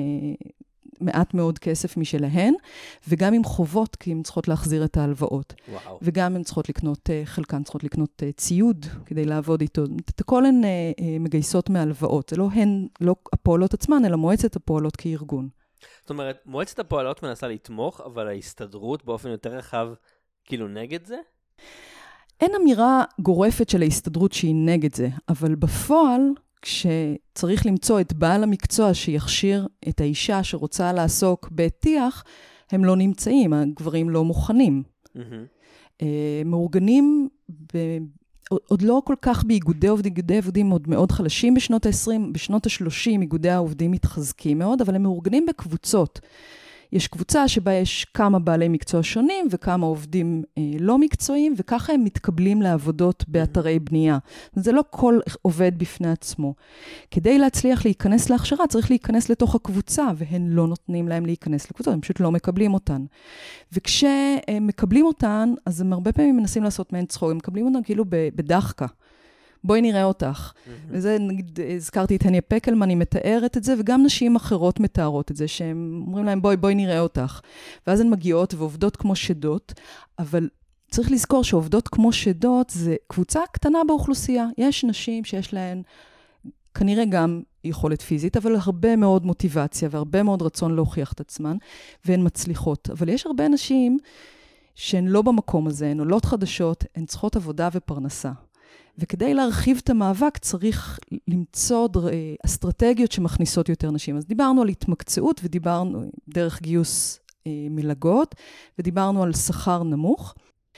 מעט מאוד כסף משלהן, וגם עם חובות, כי הן צריכות להחזיר את ההלוואות. וואו. וגם הן צריכות לקנות, חלקן צריכות לקנות ציוד, כדי לעבוד איתו. את הכל הן מגייסות מהלוואות. זה לא הן, לא הפועלות עצמן, אלא מועצת הפועלות כארגון. זאת אומרת, מועצת הפועלות מנסה לתמוך, אבל ההסתדרות באופן יותר רחב, כאילו נגד זה? אין אמירה גורפת של ההסתדרות שהיא נגד זה, אבל בפועל, כשצריך למצוא את בעל המקצוע שיכשיר את האישה שרוצה לעסוק בטיח, הם לא נמצאים, הגברים לא מוכנים. Mm-hmm. מאורגנים, ב... עוד לא כל כך באיגודי עובדים, איגודי עובדים עוד מאוד חלשים בשנות ה-עשרים, בשנות ה-שלושים איגודי העובדים מתחזקים מאוד, אבל הם מאורגנים בקבוצות. יש קבוצה שבה יש כמה בעלי מקצוע שונים וכמה עובדים אה, לא מקצועיים, וככה הם מתקבלים לעבודות באתרי בנייה. זה לא כל עובד בפני עצמו. כדי להצליח להיכנס להכשרה, צריך להיכנס לתוך הקבוצה, והן לא נותנים להם להיכנס לקבוצה, הם פשוט לא מקבלים אותן. וכשהם מקבלים אותן, אז הם הרבה פעמים מנסים לעשות מהן צחוק, הם מקבלים אותן כאילו בדחקה. בואי נראה אותך. Mm-hmm. וזה, נגיד, הזכרתי את הניה פקלמן, היא מתארת את זה, וגם נשים אחרות מתארות את זה, שהם אומרים להם, בואי, בואי נראה אותך. ואז הן מגיעות ועובדות כמו שדות, אבל צריך לזכור שעובדות כמו שדות, זה קבוצה קטנה באוכלוסייה. יש נשים שיש להן, כנראה גם יכולת פיזית, אבל הרבה מאוד מוטיבציה, והרבה מאוד רצון להוכיח את עצמן, והן מצליחות. אבל יש הרבה נשים שהן לא במקום הזה, הן עולות חדשות, הן צריכות עבודה ופרנסה. וכדי להרחיב את המאבק צריך למצוא אסטרטגיות שמכניסות יותר נשים. אז דיברנו על התמקצעות ודיברנו דרך גיוס אה, מלגות, ודיברנו על שכר נמוך.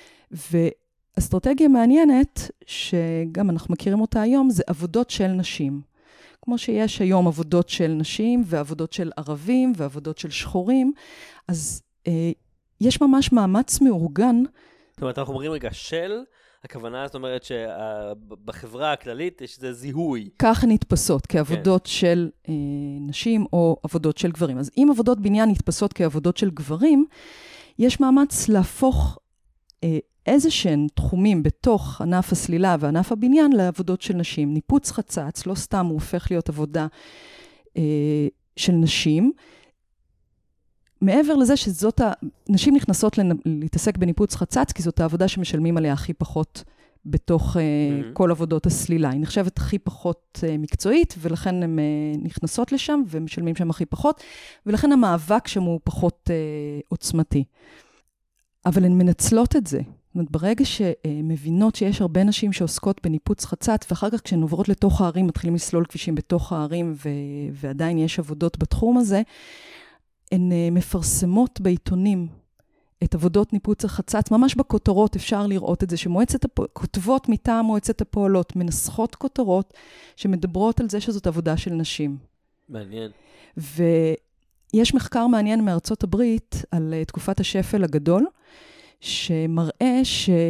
ואסטרטגיה מעניינת, שגם אנחנו מכירים אותה היום, זה עבודות של נשים. כמו שיש היום עבודות של נשים ועבודות של ערבים ועבודות של שחורים, אז אה, יש ממש מאמץ מאורגן זאת אומרת, אנחנו אומרים רגע של, הכוונה זאת אומרת שבחברה הכללית יש איזה זיהוי. ככה נתפסות כעבודות כן. של אה, נשים או עבודות של גברים. אז אם עבודות בניין נתפסות כעבודות של גברים, יש מאמץ להפוך אה, איזה שהן תחומים בתוך ענף הסלילה וענף הבניין לעבודות של נשים. ניפוץ חצץ, לא סתם הוא הופך להיות עבודה אה, של נשים, מעבר לזה שזאת, ה... נשים נכנסות להתעסק בניפוץ חצץ, כי זאת העבודה שמשלמים עליה הכי פחות בתוך mm-hmm. uh, כל עבודות הסלילה. היא נחשבת הכי פחות uh, מקצועית, ולכן הן uh, נכנסות לשם, ומשלמים שם הכי פחות, ולכן המאבק שם הוא פחות uh, עוצמתי. אבל הן מנצלות את זה. זאת אומרת, ברגע שמבינות שיש הרבה נשים שעוסקות בניפוץ חצץ, ואחר כך כשהן עוברות לתוך הערים, מתחילים לסלול כבישים בתוך הערים, ו... ועדיין יש עבודות בתחום הזה, הן מפרסמות בעיתונים את עבודות ניפוץ החצץ, ממש בכותרות אפשר לראות את זה, שמועצת הפועלות, כותבות מטעם מועצת הפועלות, מנסחות כותרות שמדברות על זה שזאת עבודה של נשים. מעניין. ויש מחקר מעניין מארצות הברית על תקופת השפל הגדול, שמראה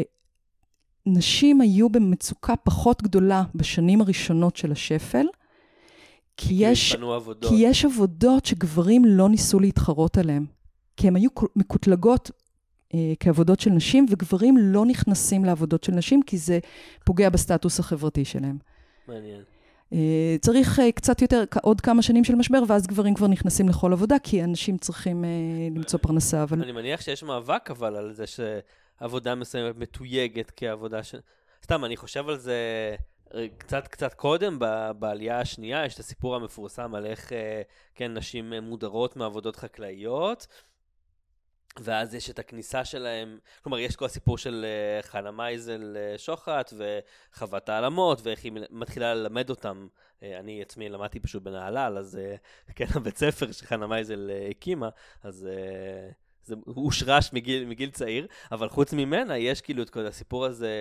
שנשים היו במצוקה פחות גדולה בשנים הראשונות של השפל, כי יש, כי יש עבודות שגברים לא ניסו להתחרות עליהן. כי הן היו מקוטלגות אה, כעבודות של נשים, וגברים לא נכנסים לעבודות של נשים, כי זה פוגע בסטטוס החברתי שלהם. מעניין. אה, צריך אה, קצת יותר, עוד כמה שנים של משבר, ואז גברים כבר נכנסים לכל עבודה, כי אנשים צריכים אה, למצוא פרנסה. אבל... אני מניח שיש מאבק, אבל על זה שעבודה מסוימת מתויגת כעבודה של... סתם, אני חושב על זה... קצת קצת קודם, בעלייה השנייה, יש את הסיפור המפורסם על איך, כן, נשים מודרות מעבודות חקלאיות, ואז יש את הכניסה שלהם, כלומר, יש כל הסיפור של חנה מייזל שוחט, וחוות העלמות, ואיך היא מתחילה ללמד אותם. אני עצמי למדתי פשוט בנהלל, אז כן, הבית ספר שחנה מייזל הקימה, אז... זה הושרש מגיל, מגיל צעיר, אבל חוץ ממנה יש כאילו את כל הסיפור הזה...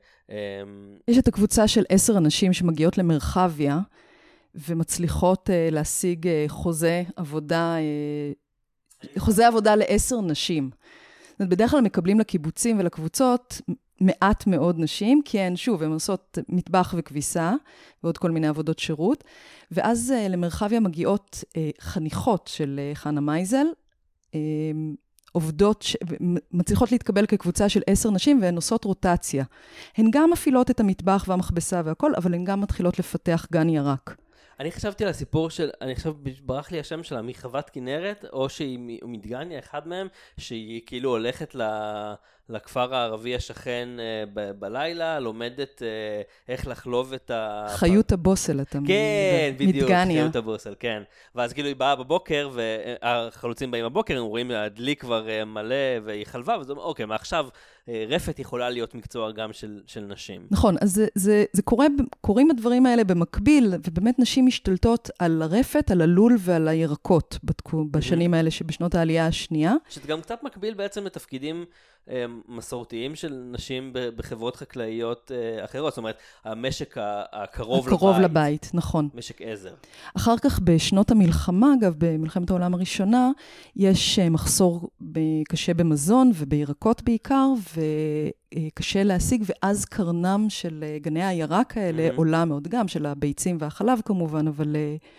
יש את הקבוצה של עשר אנשים שמגיעות למרחביה, ומצליחות uh, להשיג uh, חוזה עבודה, uh, חוזה עבודה לעשר נשים. זאת אומרת, בדרך כלל מקבלים לקיבוצים ולקבוצות מעט מאוד נשים, כי הן, שוב, הן עושות מטבח וכביסה, ועוד כל מיני עבודות שירות, ואז uh, למרחביה מגיעות uh, חניכות של uh, חנה מייזל, uh, עובדות, ש... מצליחות להתקבל כקבוצה של עשר נשים, והן עושות רוטציה. הן גם מפעילות את המטבח והמכבסה והכל, אבל הן גם מתחילות לפתח גן ירק. אני חשבתי על הסיפור של, אני חשב, ברח לי השם שלה, מחוות כנרת, או שהיא מדגניה, אחד מהם, שהיא כאילו הולכת ל... לכפר הערבי השכן ב- בלילה, לומדת איך לחלוב את ה... חיות הבוסל, אתה מדגניה. כן, בדיוק, חיות הבוסל, כן. ואז כאילו היא באה בבוקר, והחלוצים באים בבוקר, הם רואים הדלי כבר מלא, והיא חלבה, וזה אומר, אוקיי, מעכשיו רפת יכולה להיות מקצוע גם של, של נשים. נכון, אז זה, זה, זה קורה, קוראים הדברים האלה במקביל, ובאמת נשים משתלטות על הרפת, על הלול ועל הירקות, בתקו, בשנים האלה שבשנות העלייה השנייה. שזה גם קצת מקביל בעצם לתפקידים, מסורתיים של נשים בחברות חקלאיות אחרות, זאת אומרת, המשק הקרוב לבית. הקרוב לבית, נכון. משק עזר. אחר כך בשנות המלחמה, אגב, במלחמת העולם הראשונה, יש מחסור קשה במזון ובירקות בעיקר, וקשה להשיג, ואז קרנם של גני הירק האלה mm-hmm. עולה מאוד גם, של הביצים והחלב כמובן, אבל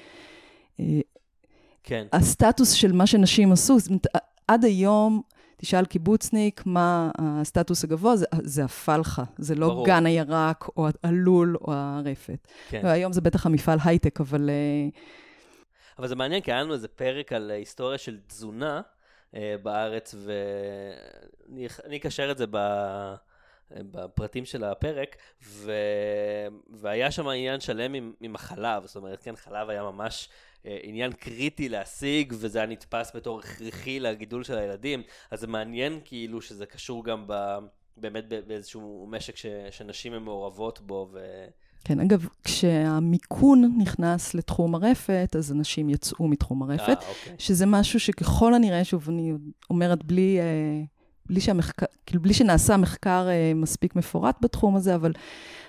כן. הסטטוס של מה שנשים עשו, עד היום, תשאל קיבוצניק מה הסטטוס הגבוה, זה, זה הפלחה, זה לא ברור. גן הירק או הלול או הרפת. כן. והיום זה בטח המפעל הייטק, אבל... אבל זה מעניין, כי היה לנו איזה פרק על היסטוריה של תזונה אה, בארץ, ואני אקשר את זה ב... בפרטים של הפרק, ו... והיה שם עניין שלם עם, עם החלב, זאת אומרת, כן, חלב היה ממש עניין קריטי להשיג, וזה היה נתפס בתור הכרחי לגידול של הילדים, אז זה מעניין כאילו שזה קשור גם ב... באמת באיזשהו משק ש... שנשים הן מעורבות בו. ו... כן, אגב, כשהמיקון נכנס לתחום הרפת, אז אנשים יצאו מתחום הרפת, 아, אוקיי. שזה משהו שככל הנראה, שוב, אני אומרת בלי... בלי שהמחקר, כאילו בלי שנעשה מחקר מספיק מפורט בתחום הזה, אבל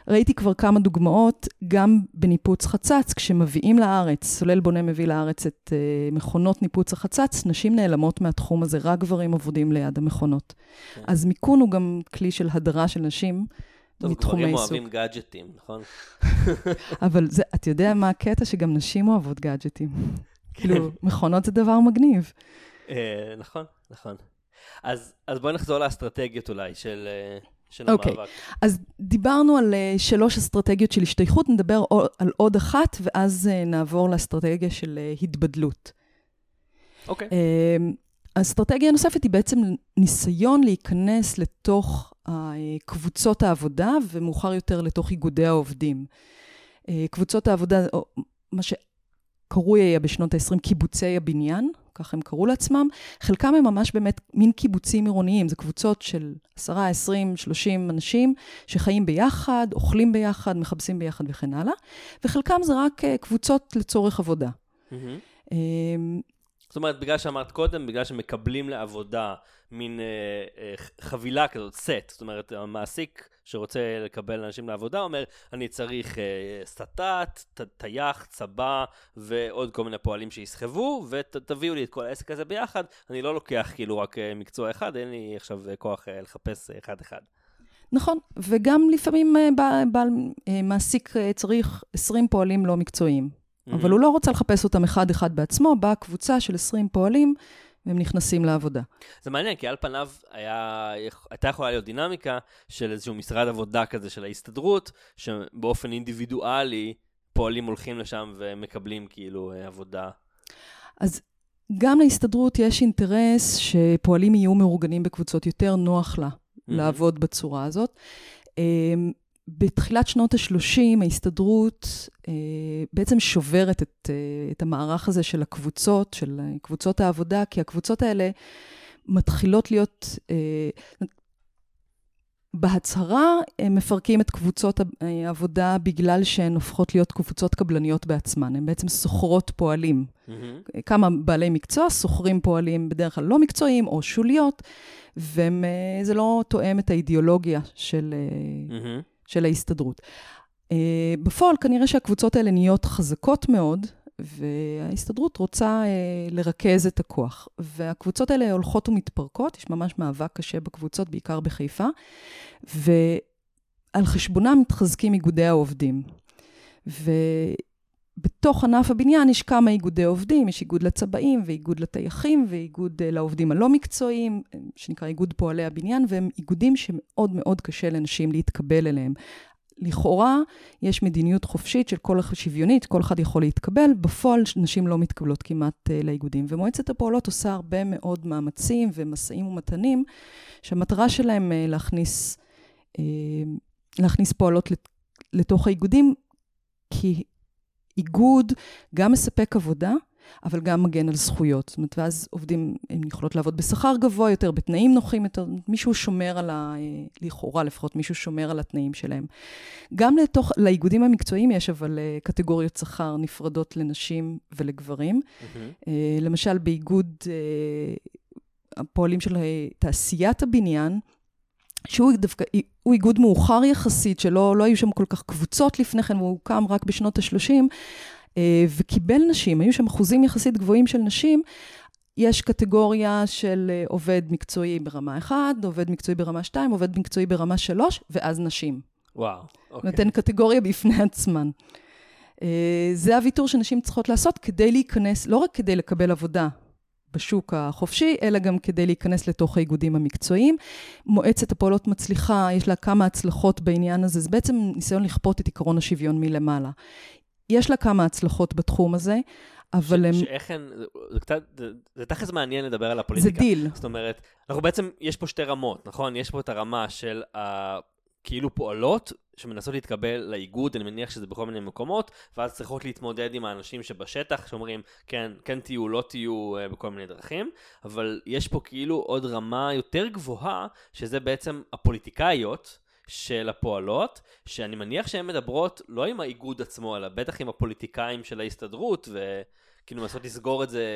ראיתי כבר כמה דוגמאות, גם בניפוץ חצץ, כשמביאים לארץ, סולל בונה מביא לארץ את uh, מכונות ניפוץ החצץ, נשים נעלמות מהתחום הזה, רק גברים עובדים ליד המכונות. כן. אז מיקון הוא גם כלי של הדרה של נשים, טוב, גברים אוהבים גאדג'טים, נכון? אבל זה, את יודע מה הקטע? שגם נשים אוהבות גאדג'טים. כאילו, מכונות זה דבר מגניב. נכון, נכון. אז בואי נחזור לאסטרטגיות אולי של... של המאבק. אוקיי, אז דיברנו על שלוש אסטרטגיות של השתייכות, נדבר על עוד אחת, ואז נעבור לאסטרטגיה של התבדלות. אוקיי. האסטרטגיה הנוספת היא בעצם ניסיון להיכנס לתוך קבוצות העבודה, ומאוחר יותר לתוך איגודי העובדים. קבוצות העבודה, מה שקרוי היה בשנות ה-עשרים, קיבוצי הבניין, כך הם קראו לעצמם, חלקם הם ממש באמת מין קיבוצים עירוניים, זה קבוצות של עשרה, עשרים, שלושים אנשים שחיים ביחד, אוכלים ביחד, מחפשים ביחד וכן הלאה, וחלקם זה רק קבוצות לצורך עבודה. Mm-hmm. זאת אומרת, בגלל שאמרת קודם, בגלל שמקבלים לעבודה מין אה, אה, חבילה כזאת, סט, זאת אומרת, המעסיק שרוצה לקבל אנשים לעבודה, אומר, אני צריך אה, סטטט, טייח, צבא, ועוד כל מיני פועלים שיסחבו, ותביאו לי את כל העסק הזה ביחד, אני לא לוקח כאילו רק אה, מקצוע אחד, אין לי עכשיו כוח אה, לחפש אה, אחד-אחד. נכון, וגם לפעמים אה, בעל, בעל אה, מעסיק אה, צריך עשרים פועלים לא מקצועיים. אבל הוא לא רוצה לחפש אותם אחד-אחד בעצמו, באה קבוצה של עשרים פועלים, והם נכנסים לעבודה. זה מעניין, כי על פניו היה, הייתה יכולה להיות דינמיקה של איזשהו משרד עבודה כזה של ההסתדרות, שבאופן אינדיבידואלי פועלים הולכים לשם ומקבלים כאילו עבודה. אז גם להסתדרות יש אינטרס שפועלים יהיו מאורגנים בקבוצות, יותר נוח לה לעבוד בצורה הזאת. בתחילת שנות ה-שלושים, ההסתדרות אה, בעצם שוברת את, אה, את המערך הזה של הקבוצות, של קבוצות העבודה, כי הקבוצות האלה מתחילות להיות, אה, בהצהרה הם מפרקים את קבוצות העבודה בגלל שהן הופכות להיות קבוצות קבלניות בעצמן, הן בעצם סוחרות פועלים. Mm-hmm. כמה בעלי מקצוע סוחרים פועלים בדרך כלל לא מקצועיים או שוליות, וזה לא תואם את האידיאולוגיה של... Mm-hmm. של ההסתדרות. בפועל כנראה שהקבוצות האלה נהיות חזקות מאוד, וההסתדרות רוצה לרכז את הכוח. והקבוצות האלה הולכות ומתפרקות, יש ממש מאבק קשה בקבוצות, בעיקר בחיפה, ועל חשבונם מתחזקים איגודי העובדים. ובתוך ענף הבניין יש כמה איגודי עובדים, יש איגוד לצבעים ואיגוד לטייחים ואיגוד לעובדים הלא מקצועיים, שנקרא איגוד פועלי הבניין, והם איגודים שמאוד מאוד קשה לאנשים להתקבל אליהם. לכאורה יש מדיניות חופשית של כל אחד שוויונית, כל אחד יכול להתקבל, בפועל נשים לא מתקבלות כמעט לאיגודים, ומועצת הפועלות עושה הרבה מאוד מאמצים ומסעים ומתנים, שהמטרה שלהם להכניס, להכניס פועלות לתוך האיגודים, כי איגוד גם מספק עבודה, אבל גם מגן על זכויות. זאת אומרת, ואז עובדים, הם יכולות לעבוד בשכר גבוה יותר, בתנאים נוחים יותר, מישהו שומר על ה... לכאורה לפחות, מישהו שומר על התנאים שלהם. גם לתוך, לאיגודים המקצועיים יש אבל קטגוריות שכר נפרדות לנשים ולגברים. Mm-hmm. למשל, באיגוד הפועלים של תעשיית הבניין, שהוא דווקא, הוא איגוד מאוחר יחסית, שלא לא היו שם כל כך קבוצות לפני כן, והוא קם רק בשנות ה-שלושים, וקיבל נשים, היו שם אחוזים יחסית גבוהים של נשים, יש קטגוריה של עובד מקצועי ברמה אחת, עובד מקצועי ברמה שתיים, עובד מקצועי ברמה שלוש, ואז נשים. וואו, אוקיי. נותן קטגוריה בפני עצמן. זה הוויתור שנשים צריכות לעשות כדי להיכנס, לא רק כדי לקבל עבודה, בשוק החופשי, אלא גם כדי להיכנס לתוך האיגודים המקצועיים. מועצת הפועלות מצליחה, יש לה כמה הצלחות בעניין הזה, זה בעצם ניסיון לכפות את עקרון השוויון מלמעלה. יש לה כמה הצלחות בתחום הזה, אבל הם... שאיך הן, זה קצת, זה תכף מעניין לדבר על הפוליטיקה. זה דיל. זאת אומרת, אנחנו בעצם, יש פה שתי רמות, נכון? יש פה את הרמה של כאילו פועלות, שמנסות להתקבל לאיגוד, אני מניח שזה בכל מיני מקומות, ואז צריכות להתמודד עם האנשים שבשטח, שאומרים, כן, כן תהיו, לא תהיו בכל מיני דרכים, אבל יש פה כאילו עוד רמה יותר גבוהה, שזה בעצם הפוליטיקאיות של הפועלות, שאני מניח שהן מדברות לא עם האיגוד עצמו, אלא בטח עם הפוליטיקאים של ההסתדרות, וכאילו מנסות לסגור את זה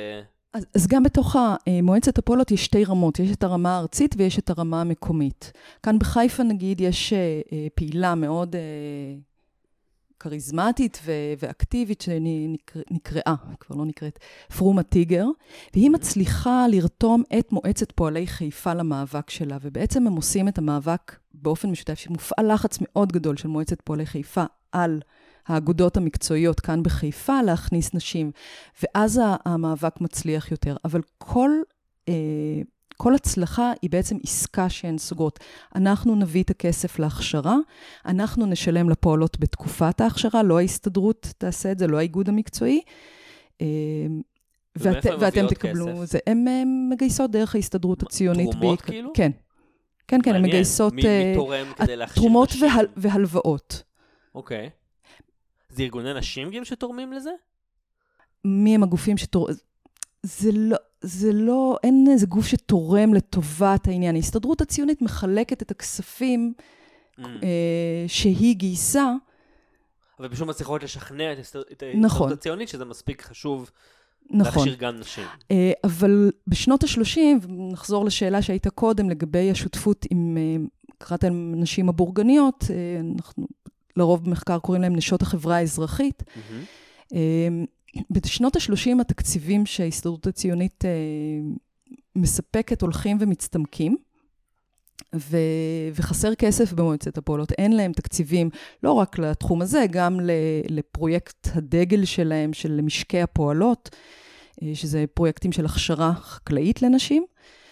אז, אז גם בתוך מועצת הפועלות יש שתי רמות, יש את הרמה הארצית ויש את הרמה המקומית. כאן בחיפה נגיד יש פעילה מאוד קריזמטית ו- ואקטיבית שנקראה, כבר לא נקראת, פרומה טיגר, והיא מצליחה לרתום את מועצת פועלי חיפה למאבק שלה, ובעצם הם עושים את המאבק באופן משותף, שמופעל לחץ מאוד גדול של מועצת פועלי חיפה על האגודות המקצועיות כאן בחיפה להכניס נשים, ואז המאבק מצליח יותר. אבל כל, אה, כל הצלחה היא בעצם עסקה שהן סוגרות. אנחנו נביא את הכסף להכשרה, אנחנו נשלם לפועלות בתקופת ההכשרה, לא ההסתדרות תעשה את זה, לא האיגוד המקצועי, אה, ואת, ואתם תקבלו, זה, הם, הם מגייסות דרך ההסתדרות הציונית. תרומות כאילו? כן. כן, כן, הם מגייסות... מי, מי תורם כדי להכשיר תרומות נשים? והל, והלוואות. אוקיי. זה ארגוני נשים גם שתורמים לזה? מי הם הגופים שתורמים? זה לא, זה לא, אין איזה גוף שתורם לטובת העניין. ההסתדרות הציונית מחלקת את הכספים mm. אה, שהיא גייסה. אבל פשוט מצליחות לשכנע את ההסתדרות נכון. הציונית, שזה מספיק חשוב נכון. להכשיר גם נשים. אה, אבל בשנות ה-שלושים, נחזור לשאלה שהייתה קודם, לגבי השותפות עם, אה, קראת להם נשים הבורגניות, אה, אנחנו... לרוב במחקר קוראים להם נשות החברה האזרחית. Mm-hmm. בשנות ה-שלושים התקציבים שההסתדרות הציונית מספקת הולכים ומצטמקים, ו... וחסר כסף במועצת הפועלות. אין להם תקציבים לא רק לתחום הזה, גם לפרויקט הדגל שלהם, של משקי הפועלות, שזה פרויקטים של הכשרה חקלאית לנשים,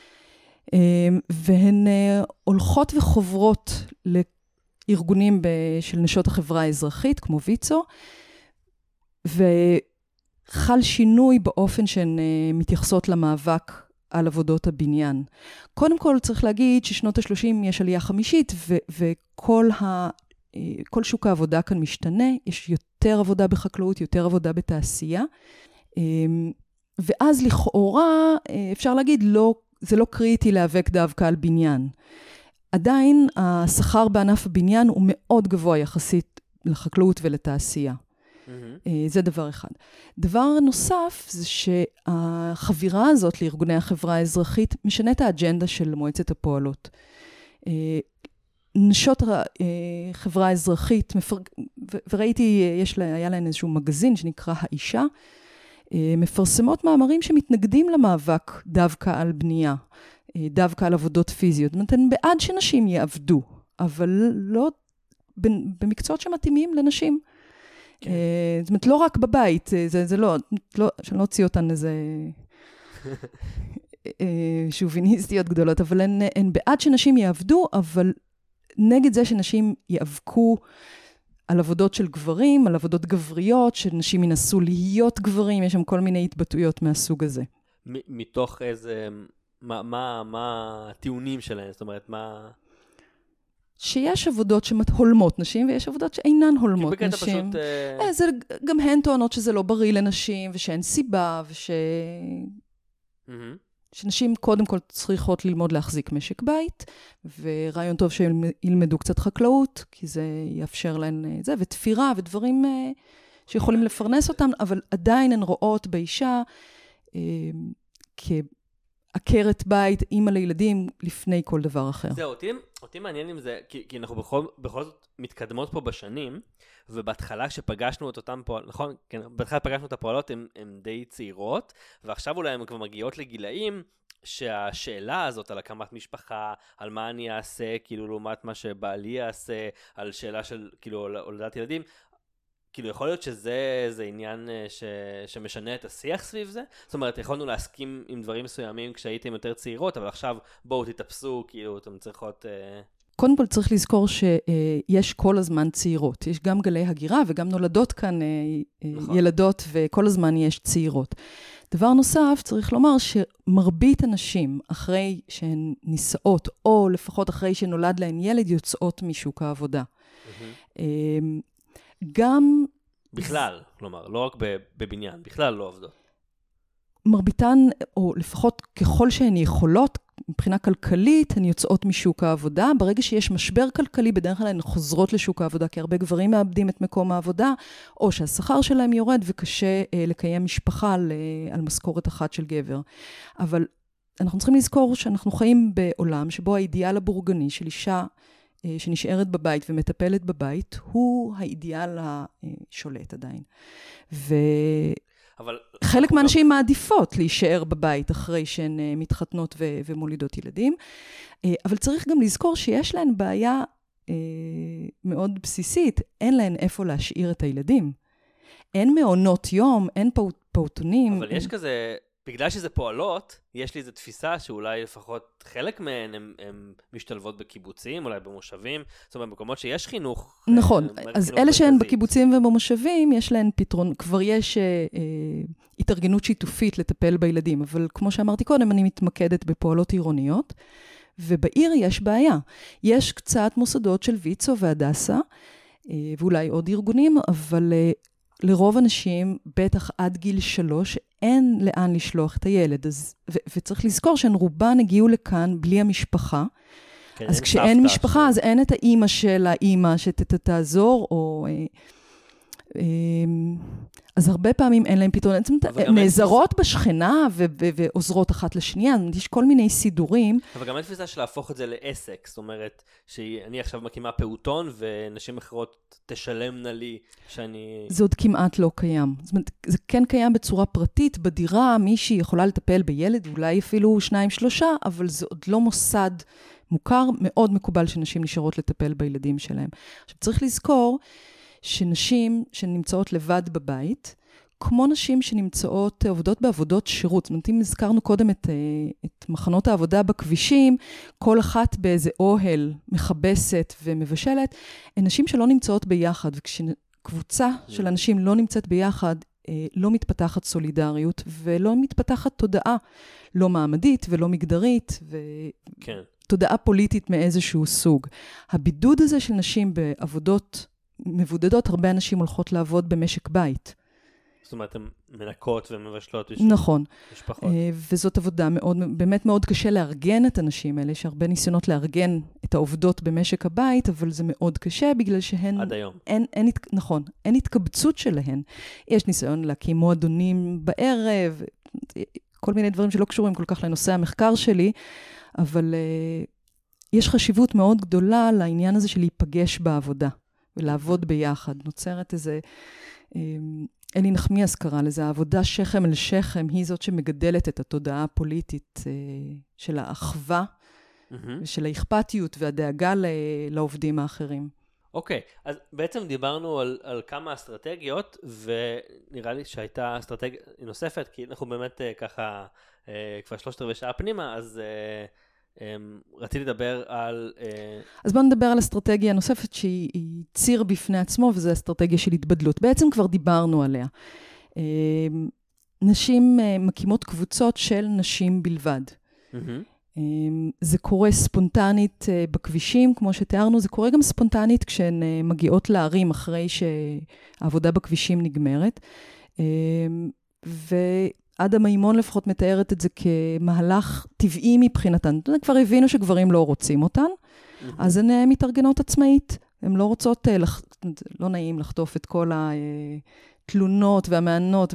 והן הולכות וחוברות לכ... ארגונים של נשות החברה האזרחית, כמו ויצו, וחל שינוי באופן שהן מתייחסות למאבק על עבודות הבניין. קודם כל צריך להגיד ששנות ה-שלושים יש עלייה חמישית, ו- וכל ה- כל שוק העבודה כאן משתנה, יש יותר עבודה בחקלאות, יותר עבודה בתעשייה, ואז לכאורה אפשר להגיד, לא, זה לא קריטי להיאבק דווקא על בניין. עדיין השכר בענף הבניין הוא מאוד גבוה יחסית לחקלאות ולתעשייה. Mm-hmm. זה דבר אחד. דבר נוסף זה שהחבירה הזאת לארגוני החברה האזרחית משנה את האג'נדה של מועצת הפועלות. נשות החברה האזרחית, וראיתי, יש לה, היה להן איזשהו מגזין שנקרא האישה, מפרסמות מאמרים שמתנגדים למאבק דווקא על בנייה. דווקא על עבודות פיזיות. זאת אומרת, הן בעד שנשים יעבדו, אבל לא במקצועות שמתאימים לנשים. כן. זאת אומרת, לא רק בבית, זה, זה לא, לא, שאני לא אוציא אותן איזה שוביניסטיות גדולות, אבל הן, הן בעד שנשים יעבדו, אבל נגד זה שנשים יאבקו על עבודות של גברים, על עבודות גבריות, שנשים ינסו להיות גברים, יש שם כל מיני התבטאויות מהסוג הזה. מתוך איזה... מה, מה, מה הטיעונים שלהם? זאת אומרת, מה... שיש עבודות שהולמות נשים, ויש עבודות שאינן הולמות נשים. כי בקטע פשוט... אה, זה, גם הן טוענות שזה לא בריא לנשים, ושאין סיבה, וש... Mm-hmm. שנשים קודם כל צריכות ללמוד להחזיק משק בית, ורעיון טוב שילמדו קצת חקלאות, כי זה יאפשר להן זה, ותפירה ודברים שיכולים לפרנס אותן, אבל עדיין הן רואות באישה אה, כ... עקרת בית, אימא לילדים, לפני כל דבר אחר. זהו, אותי, אותי מעניין עם זה, כי, כי אנחנו בכל, בכל זאת מתקדמות פה בשנים, ובהתחלה שפגשנו את אותם פועלות, נכון? כן, בהתחלה פגשנו את הפועלות, הן די צעירות, ועכשיו אולי הן כבר מגיעות לגילאים, שהשאלה הזאת על הקמת משפחה, על מה אני אעשה, כאילו לעומת מה שבעלי יעשה, על שאלה של, כאילו, הולדת ילדים, כאילו יכול להיות שזה זה עניין ש, שמשנה את השיח סביב זה? זאת אומרת, יכולנו להסכים עם דברים מסוימים כשהייתם יותר צעירות, אבל עכשיו בואו תתאפסו, כאילו אתם צריכות... קודם כל צריך לזכור שיש כל הזמן צעירות. יש גם גלי הגירה וגם נולדות כאן נכון. ילדות, וכל הזמן יש צעירות. דבר נוסף, צריך לומר שמרבית הנשים, אחרי שהן נישאות, או לפחות אחרי שנולד להן ילד, יוצאות משוק העבודה. Mm-hmm. גם... בכלל, כלומר, לא רק בבניין, בכלל לא עובדות. מרביתן, או לפחות ככל שהן יכולות, מבחינה כלכלית, הן יוצאות משוק העבודה. ברגע שיש משבר כלכלי, בדרך כלל הן חוזרות לשוק העבודה, כי הרבה גברים מאבדים את מקום העבודה, או שהשכר שלהם יורד, וקשה אה, לקיים משפחה על, אה, על משכורת אחת של גבר. אבל אנחנו צריכים לזכור שאנחנו חיים בעולם שבו האידיאל הבורגני של אישה אה, שנשארת בבית ומטפלת בבית, הוא האידיאל השולט עדיין. ו... אבל חלק מהאנשים גם... מעדיפות להישאר בבית אחרי שהן uh, מתחתנות ו- ומולידות ילדים, uh, אבל צריך גם לזכור שיש להן בעיה uh, מאוד בסיסית, אין להן איפה להשאיר את הילדים. אין מעונות יום, אין פעוט, פעוטונים. אבל יש כזה, בגלל שזה פועלות, יש לי איזו תפיסה שאולי לפחות חלק מהן הן משתלבות בקיבוצים, אולי במושבים, זאת אומרת, במקומות שיש חינוך. נכון, אז אלה שהן בקיבוצים ובמושבים, יש להן פתרון, כבר יש אה, אה, התארגנות שיתופית לטפל בילדים, אבל כמו שאמרתי קודם, אני מתמקדת בפועלות עירוניות, ובעיר יש בעיה. יש קצת מוסדות של ויצו והדסה, אה, ואולי עוד ארגונים, אבל אה, לרוב אנשים, בטח עד גיל שלוש, אין לאן לשלוח את הילד. אז, ו- וצריך לזכור שהן רובן הגיעו לכאן בלי המשפחה. כן, אז כשאין משפחה, ש... אז אין את האימא של האימא שתעזור, או... אז הרבה פעמים אין להם פתרון. הן נעזרות בשכנה ו- ו- ועוזרות אחת לשנייה. יש כל מיני סידורים. אבל גם אין תפיסה של להפוך את זה לעסק. זאת אומרת, שאני עכשיו מקימה פעוטון, ונשים אחרות תשלמנה לי שאני... זה עוד כמעט לא קיים. זאת אומרת, זה כן קיים בצורה פרטית, בדירה, מישהי יכולה לטפל בילד, אולי אפילו שניים, שלושה, אבל זה עוד לא מוסד מוכר, מאוד מקובל שנשים נשארות לטפל בילדים שלהם. עכשיו, צריך לזכור שנשים שנמצאות לבד בבית, כמו נשים שנמצאות, עובדות בעבודות שירות. זאת אומרת, אם הזכרנו קודם את, את מחנות העבודה בכבישים, כל אחת באיזה אוהל מחבסת ומבשלת, הן נשים שלא נמצאות ביחד, וכשקבוצה של אנשים לא נמצאת ביחד, לא מתפתחת סולידריות, ולא מתפתחת תודעה, לא מעמדית ולא מגדרית, ותודעה פוליטית מאיזשהו סוג. הבידוד הזה של נשים בעבודות מבודדות, הרבה אנשים הולכות לעבוד במשק בית. זאת אומרת, הן מנקות ומבשלות. נכון. משפחות. וזאת עבודה מאוד, באמת מאוד קשה לארגן את הנשים האלה, יש הרבה ניסיונות לארגן את העובדות במשק הבית, אבל זה מאוד קשה, בגלל שהן... עד היום. אין, אין, נכון, אין התקבצות שלהן. יש ניסיון להקים מועדונים בערב, כל מיני דברים שלא קשורים כל כך לנושא המחקר שלי, אבל uh, יש חשיבות מאוד גדולה לעניין הזה של להיפגש בעבודה. ולעבוד ביחד. נוצרת איזה, אלי נחמיאס קרא לזה, העבודה שכם אל שכם, היא זאת שמגדלת את התודעה הפוליטית של האחווה, ושל האכפתיות והדאגה לעובדים האחרים. אוקיי, אז בעצם דיברנו על, על כמה אסטרטגיות, ונראה לי שהייתה אסטרטגיה נוספת, כי אנחנו באמת ככה כבר שלושת רבעי שעה פנימה, אז... רציתי לדבר על... אז בואו נדבר על אסטרטגיה נוספת שהיא ציר בפני עצמו, וזו אסטרטגיה של התבדלות. בעצם כבר דיברנו עליה. נשים מקימות קבוצות של נשים בלבד. זה קורה ספונטנית בכבישים, כמו שתיארנו, זה קורה גם ספונטנית כשהן מגיעות לערים אחרי שהעבודה בכבישים נגמרת. ו... עדה מימון לפחות מתארת את זה כמהלך טבעי מבחינתן. כבר הבינו שגברים לא רוצים אותן, אז הן מתארגנות עצמאית. הן לא רוצות, לא נעים לחטוף את כל התלונות והמענות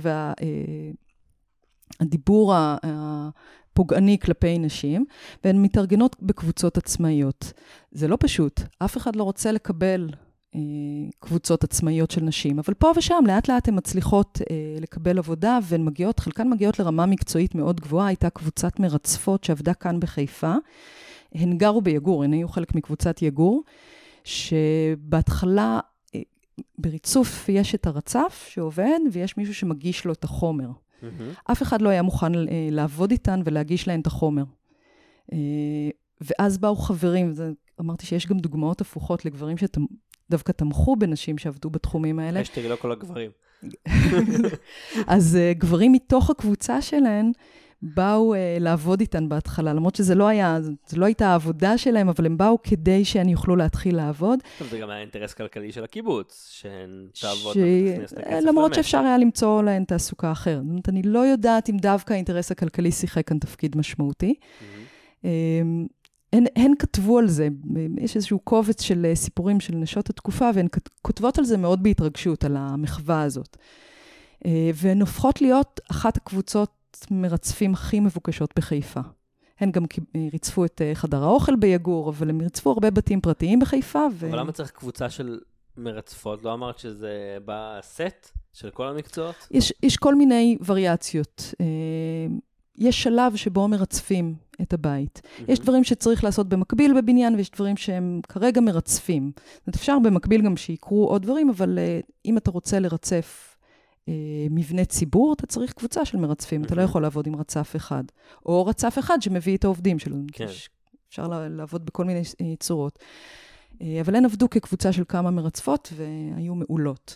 והדיבור הפוגעני כלפי נשים, והן מתארגנות בקבוצות עצמאיות. זה לא פשוט. אף אחד לא רוצה לקבל קבוצות עצמאיות של נשים, אבל פה ושם לאט לאט הן מצליחות אה, לקבל עבודה, והן מגיעות, חלקן מגיעות לרמה מקצועית מאוד גבוהה, הייתה קבוצת מרצפות שעבדה כאן בחיפה, הן גרו ביגור, הן היו חלק מקבוצת יגור, שבהתחלה אה, בריצוף יש את הרצף שעובד, ויש מישהו שמגיש לו את החומר. Mm-hmm. אף אחד לא היה מוכן אה, לעבוד איתן ולהגיש להן את החומר. אה, ואז באו חברים, זה, אמרתי שיש גם דוגמאות הפוכות לגברים שאתם... דווקא תמכו בנשים שעבדו בתחומים האלה. יש תראי לא כל הגברים. אז uh, גברים מתוך הקבוצה שלהן באו אה, לעבוד איתן בהתחלה, למרות שזה לא היה, זה לא הייתה העבודה שלהם, אבל הם באו כדי שהן יוכלו להתחיל לעבוד. טוב, זה גם היה אינטרס כלכלי של הקיבוץ, שהן תעבוד ש... ותכניס את הכסף למרות באמת. שאפשר היה למצוא להן תעסוקה אחרת. זאת אומרת, אני לא יודעת אם דווקא האינטרס הכלכלי שיחק כאן תפקיד משמעותי. Mm-hmm. הן, הן כתבו על זה, יש איזשהו קובץ של סיפורים של נשות התקופה, והן כותבות על זה מאוד בהתרגשות, על המחווה הזאת. והן הופכות להיות אחת הקבוצות מרצפים הכי מבוקשות בחיפה. הן גם ריצפו את חדר האוכל ביגור, אבל הם ריצפו הרבה בתים פרטיים בחיפה. ו... אבל למה צריך קבוצה של מרצפות? לא אמרת שזה בסט של כל המקצועות? יש, יש כל מיני וריאציות. יש שלב שבו מרצפים את הבית. Mm-hmm. יש דברים שצריך לעשות במקביל בבניין, ויש דברים שהם כרגע מרצפים. זאת אומרת, אפשר במקביל גם שיקרו עוד דברים, אבל אם אתה רוצה לרצף מבנה ציבור, אתה צריך קבוצה של מרצפים, אתה לא יכול לעבוד עם רצף אחד, או רצף אחד שמביא את העובדים שלו. אפשר לעבוד בכל מיני צורות. אבל הן עבדו כקבוצה של כמה מרצפות, והיו מעולות.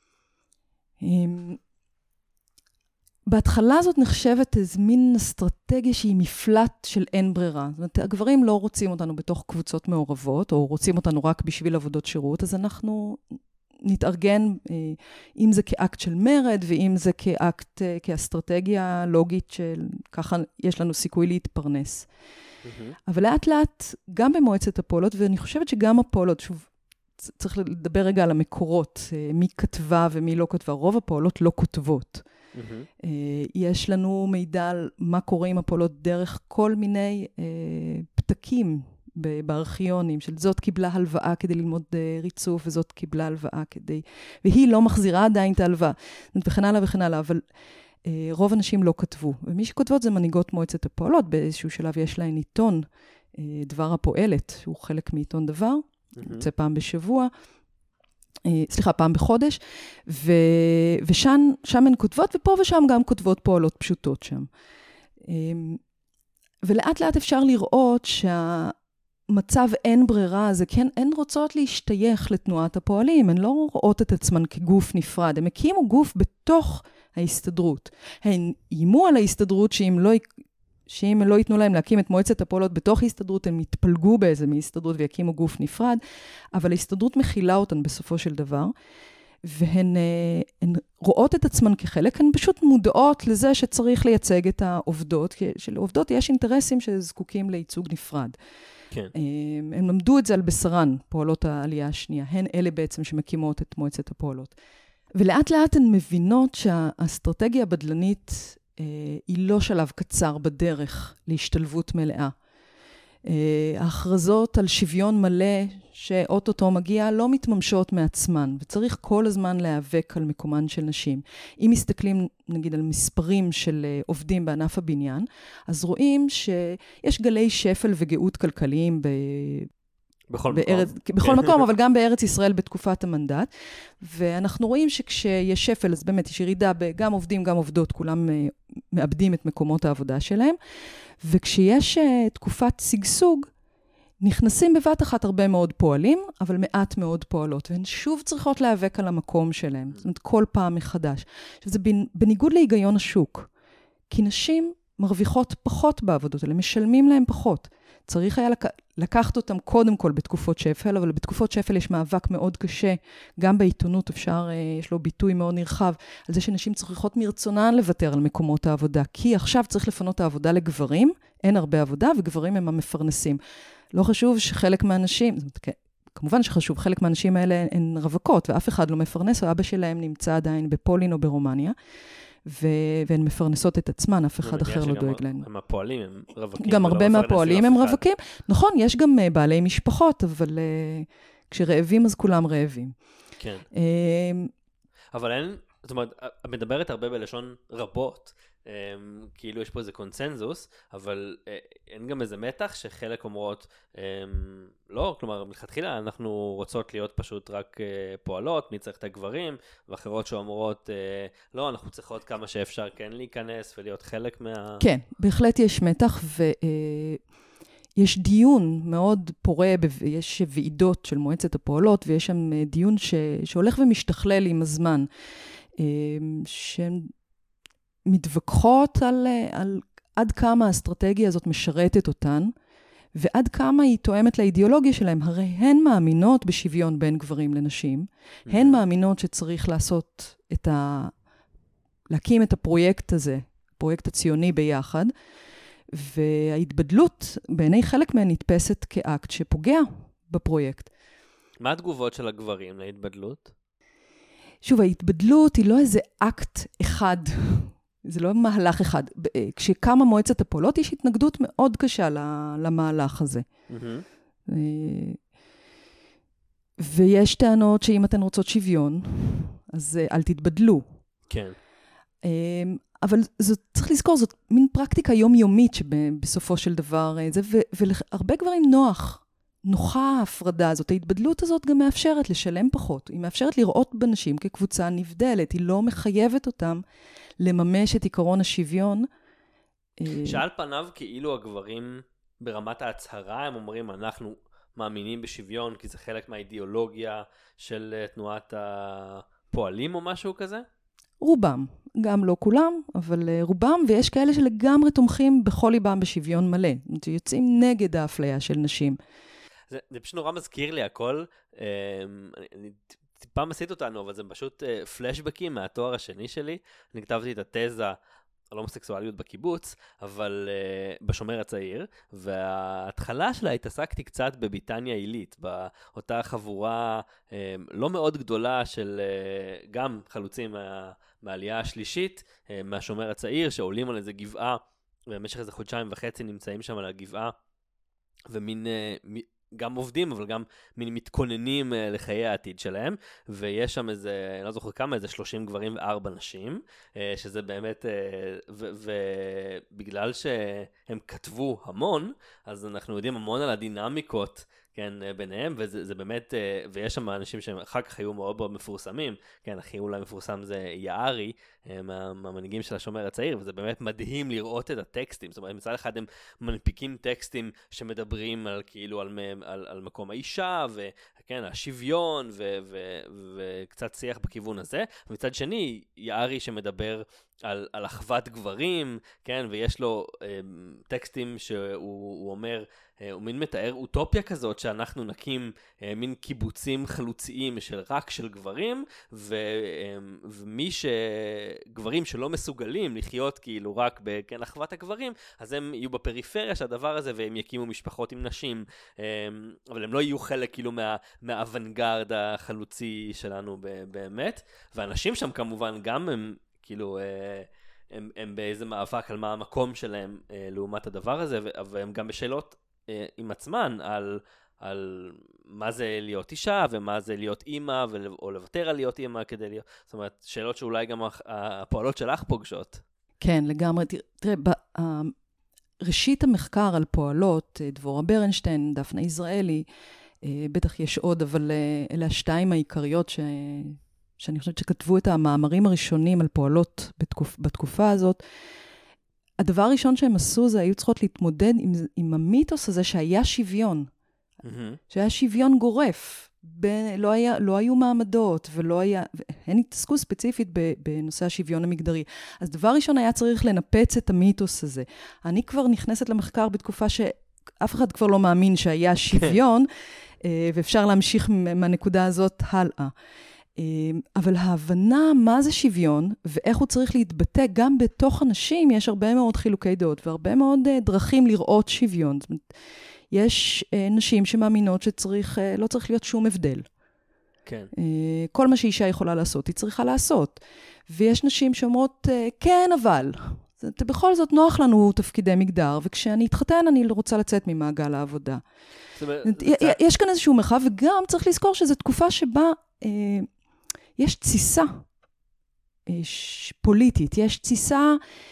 בהתחלה הזאת נחשבת איזו מין אסטרטגיה שהיא מפלט של אין ברירה. זאת אומרת, הגברים לא רוצים אותנו בתוך קבוצות מעורבות, או רוצים אותנו רק בשביל עבודות שירות, אז אנחנו נתארגן, אם זה כאקט של מרד, ואם זה כאקט, כאסטרטגיה לוגית של ככה יש לנו סיכוי להתפרנס. Mm-hmm. אבל לאט לאט, גם במועצת הפועלות, ואני חושבת שגם הפועלות, שוב, צריך לדבר רגע על המקורות, מי כתבה ומי לא כתבה, רוב הפועלות לא כותבות. Mm-hmm. יש לנו מידע על מה קורה עם הפועלות דרך כל מיני פתקים, בארכיונים, של זאת קיבלה הלוואה כדי ללמוד ריצוף, וזאת קיבלה הלוואה כדי, והיא לא מחזירה עדיין את ההלוואה, וכן הלאה וכן הלאה, אבל אה, רוב אנשים לא כתבו, ומי שכותבות זה מנהיגות מועצת הפועלות, באיזשהו שלב יש להן עיתון, אה, דבר הפועלת, שהוא חלק מעיתון דבר, mm-hmm. יוצא פעם בשבוע, אה, סליחה, פעם בחודש, ו, ושם שם הן כותבות, ופה ושם גם כותבות פועלות פשוטות שם. אה, ולאט לאט אפשר לראות שה... מצב אין ברירה, זה כן, הן רוצות להשתייך לתנועת הפועלים, הן לא רואות את עצמן כגוף נפרד, הן הקימו גוף בתוך ההסתדרות. הן איימו על ההסתדרות שאם לא, שאם לא ייתנו להם להקים את מועצת הפועלות בתוך ההסתדרות, הם יתפלגו באיזה מהסתדרות ויקימו גוף נפרד, אבל ההסתדרות מכילה אותן בסופו של דבר, והן הן רואות את עצמן כחלק, הן פשוט מודעות לזה שצריך לייצג את העובדות, כי שלעובדות יש אינטרסים שזקוקים לייצוג נפרד. כן. הם למדו את זה על בשרן, פועלות העלייה השנייה. הן אלה בעצם שמקימות את מועצת הפועלות. ולאט לאט הן מבינות שהאסטרטגיה הבדלנית אה, היא לא שלב קצר בדרך להשתלבות מלאה. אה, ההכרזות על שוויון מלא שאוטוטו מגיע לא מתממשות מעצמן, וצריך כל הזמן להיאבק על מקומן של נשים. אם מסתכלים נגיד על מספרים של עובדים בענף הבניין, אז רואים שיש גלי שפל וגאות כלכליים ב... בכל בארץ, מקום. בכל מקום, אבל גם בארץ ישראל בתקופת המנדט. ואנחנו רואים שכשיש שפל, אז באמת יש ירידה גם עובדים, גם עובדות, כולם מאבדים את מקומות העבודה שלהם. וכשיש תקופת סגסוג, נכנסים בבת אחת הרבה מאוד פועלים, אבל מעט מאוד פועלות, והן שוב צריכות להיאבק על המקום שלהם. זאת אומרת, כל פעם מחדש. עכשיו, זה בניגוד להיגיון השוק. כי נשים מרוויחות פחות בעבודות האלה, משלמים להם פחות. צריך היה לק... לקחת אותם קודם כל בתקופות שפל, אבל בתקופות שפל יש מאבק מאוד קשה. גם בעיתונות אפשר, יש לו ביטוי מאוד נרחב, על זה שנשים צריכות מרצונן לוותר על מקומות העבודה. כי עכשיו צריך לפנות העבודה לגברים, אין הרבה עבודה, וגברים הם המפרנסים. לא חשוב שחלק מהאנשים, זאת אומרת, כמובן שחשוב, חלק מהאנשים האלה הן רווקות, ואף אחד לא מפרנס, ואבא שלהם נמצא עדיין בפולין או ברומניה, ו... והן מפרנסות את עצמן, אף אחד אחר לא דואג להן. הם הפועלים, הם רווקים. גם הרבה מהפועלים הם רווקים. נכון, יש גם בעלי משפחות, אבל uh, כשרעבים אז כולם רעבים. כן. אבל אין, זאת אומרת, את מדברת הרבה בלשון רבות, Um, כאילו יש פה איזה קונצנזוס, אבל uh, אין גם איזה מתח שחלק אומרות, um, לא, כלומר, מלכתחילה אנחנו רוצות להיות פשוט רק uh, פועלות, מי צריך את הגברים, ואחרות שאומרות, uh, לא, אנחנו צריכות כמה שאפשר כן להיכנס ולהיות חלק מה... כן, בהחלט יש מתח, ויש uh, דיון מאוד פורה, יש ועידות של מועצת הפועלות, ויש שם uh, דיון ש... שהולך ומשתכלל עם הזמן, uh, שהם... מתווכחות על, על, עד כמה האסטרטגיה הזאת משרתת אותן, ועד כמה היא תואמת לאידיאולוגיה שלהם. הרי הן מאמינות בשוויון בין גברים לנשים, הן מאמינות שצריך לעשות את ה... להקים את הפרויקט הזה, פרויקט הציוני ביחד, וההתבדלות בעיני חלק מהן נתפסת כאקט שפוגע בפרויקט. מה התגובות של הגברים להתבדלות? שוב, ההתבדלות היא לא איזה אקט אחד, זה לא מהלך אחד. כשקמה מועצת הפועלות, יש התנגדות מאוד קשה למהלך הזה. Mm-hmm. ויש טענות שאם אתן רוצות שוויון, אז אל תתבדלו. כן. אבל זאת, צריך לזכור, זאת מין פרקטיקה יומיומית שבסופו של דבר, זה, והרבה גברים נוח, נוחה ההפרדה הזאת. ההתבדלות הזאת גם מאפשרת לשלם פחות. היא מאפשרת לראות בנשים כקבוצה נבדלת. היא לא מחייבת אותם לממש את עיקרון השוויון. שעל פניו כאילו הגברים ברמת ההצהרה, הם אומרים, אנחנו מאמינים בשוויון, כי זה חלק מהאידיאולוגיה של תנועת הפועלים או משהו כזה? רובם, גם לא כולם, אבל רובם, ויש כאלה שלגמרי תומכים בכל ליבם בשוויון מלא. יוצאים נגד האפליה של נשים. זה, זה פשוט נורא מזכיר לי הכל. אני, אני טיפה מסית אותנו, אבל זה פשוט פלשבקים מהתואר השני שלי. אני כתבתי את התזה על הומוסקסואליות בקיבוץ, אבל uh, בשומר הצעיר, וההתחלה שלה התעסקתי קצת בביטניה עילית, באותה חבורה uh, לא מאוד גדולה של uh, גם חלוצים מה, מהעלייה השלישית, uh, מהשומר הצעיר, שעולים על איזה גבעה, ובמשך איזה חודשיים וחצי נמצאים שם על הגבעה, ומין... Uh, מ... גם עובדים, אבל גם מין מתכוננים uh, לחיי העתיד שלהם, ויש שם איזה, אני לא זוכר כמה, איזה שלושים גברים וארבע נשים, uh, שזה באמת, uh, ובגלל שהם כתבו המון, אז אנחנו יודעים המון על הדינמיקות, כן, ביניהם, וזה זה באמת, ויש שם אנשים שהם אחר כך היו מאוד מאוד מפורסמים, כן, הכי אולי מפורסם זה יערי, מה, מהמנהיגים של השומר הצעיר, וזה באמת מדהים לראות את הטקסטים, זאת אומרת, מצד אחד הם מנפיקים טקסטים שמדברים על כאילו, על, על, על מקום האישה, וכן, השוויון, ו, ו, וקצת שיח בכיוון הזה, ומצד שני, יערי שמדבר על, על אחוות גברים, כן, ויש לו אה, טקסטים שהוא אומר, אה, הוא מין מתאר אוטופיה כזאת שאנחנו נקים אה, מין קיבוצים חלוציים של רק של גברים, ו, אה, ומי שגברים שלא מסוגלים לחיות כאילו רק בכן אחוות הגברים, אז הם יהיו בפריפריה של הדבר הזה, והם יקימו משפחות עם נשים, אה, אבל הם לא יהיו חלק כאילו מה, מהאוונגרד החלוצי שלנו באמת, ואנשים שם כמובן גם הם, כאילו, הם, הם באיזה מאבק על מה המקום שלהם לעומת הדבר הזה, והם גם בשאלות עם עצמן על, על מה זה להיות אישה, ומה זה להיות אימא, או לוותר על להיות אימא כדי להיות, זאת אומרת, שאלות שאולי גם הפועלות שלך פוגשות. כן, לגמרי. תראה, ראשית המחקר על פועלות, דבורה ברנשטיין, דפנה יזרעאלי, בטח יש עוד, אבל אלה השתיים העיקריות ש... שאני חושבת שכתבו את המאמרים הראשונים על פועלות בתקופ, בתקופה הזאת. הדבר הראשון שהם עשו זה היו צריכות להתמודד עם, עם המיתוס הזה שהיה שוויון. Mm-hmm. שהיה שוויון גורף. בין, לא, היה, לא היו מעמדות, ולא היה, הן התעסקו ספציפית בנושא השוויון המגדרי. אז דבר ראשון היה צריך לנפץ את המיתוס הזה. אני כבר נכנסת למחקר בתקופה שאף אחד כבר לא מאמין שהיה שוויון, ואפשר להמשיך מהנקודה הזאת הלאה. אבל ההבנה מה זה שוויון, ואיך הוא צריך להתבטא, גם בתוך אנשים יש הרבה מאוד חילוקי דעות, והרבה מאוד דרכים לראות שוויון. זאת אומרת, יש נשים שמאמינות שצריך, לא צריך להיות שום הבדל. כן. כל מה שאישה יכולה לעשות, היא צריכה לעשות. ויש נשים שאומרות, כן, אבל, בכל זאת נוח לנו תפקידי מגדר, וכשאני אתחתן אני רוצה לצאת ממעגל העבודה. יש כאן איזשהו מרחב, וגם צריך לזכור שזו תקופה שבה יש תסיסה פוליטית, יש תסיסה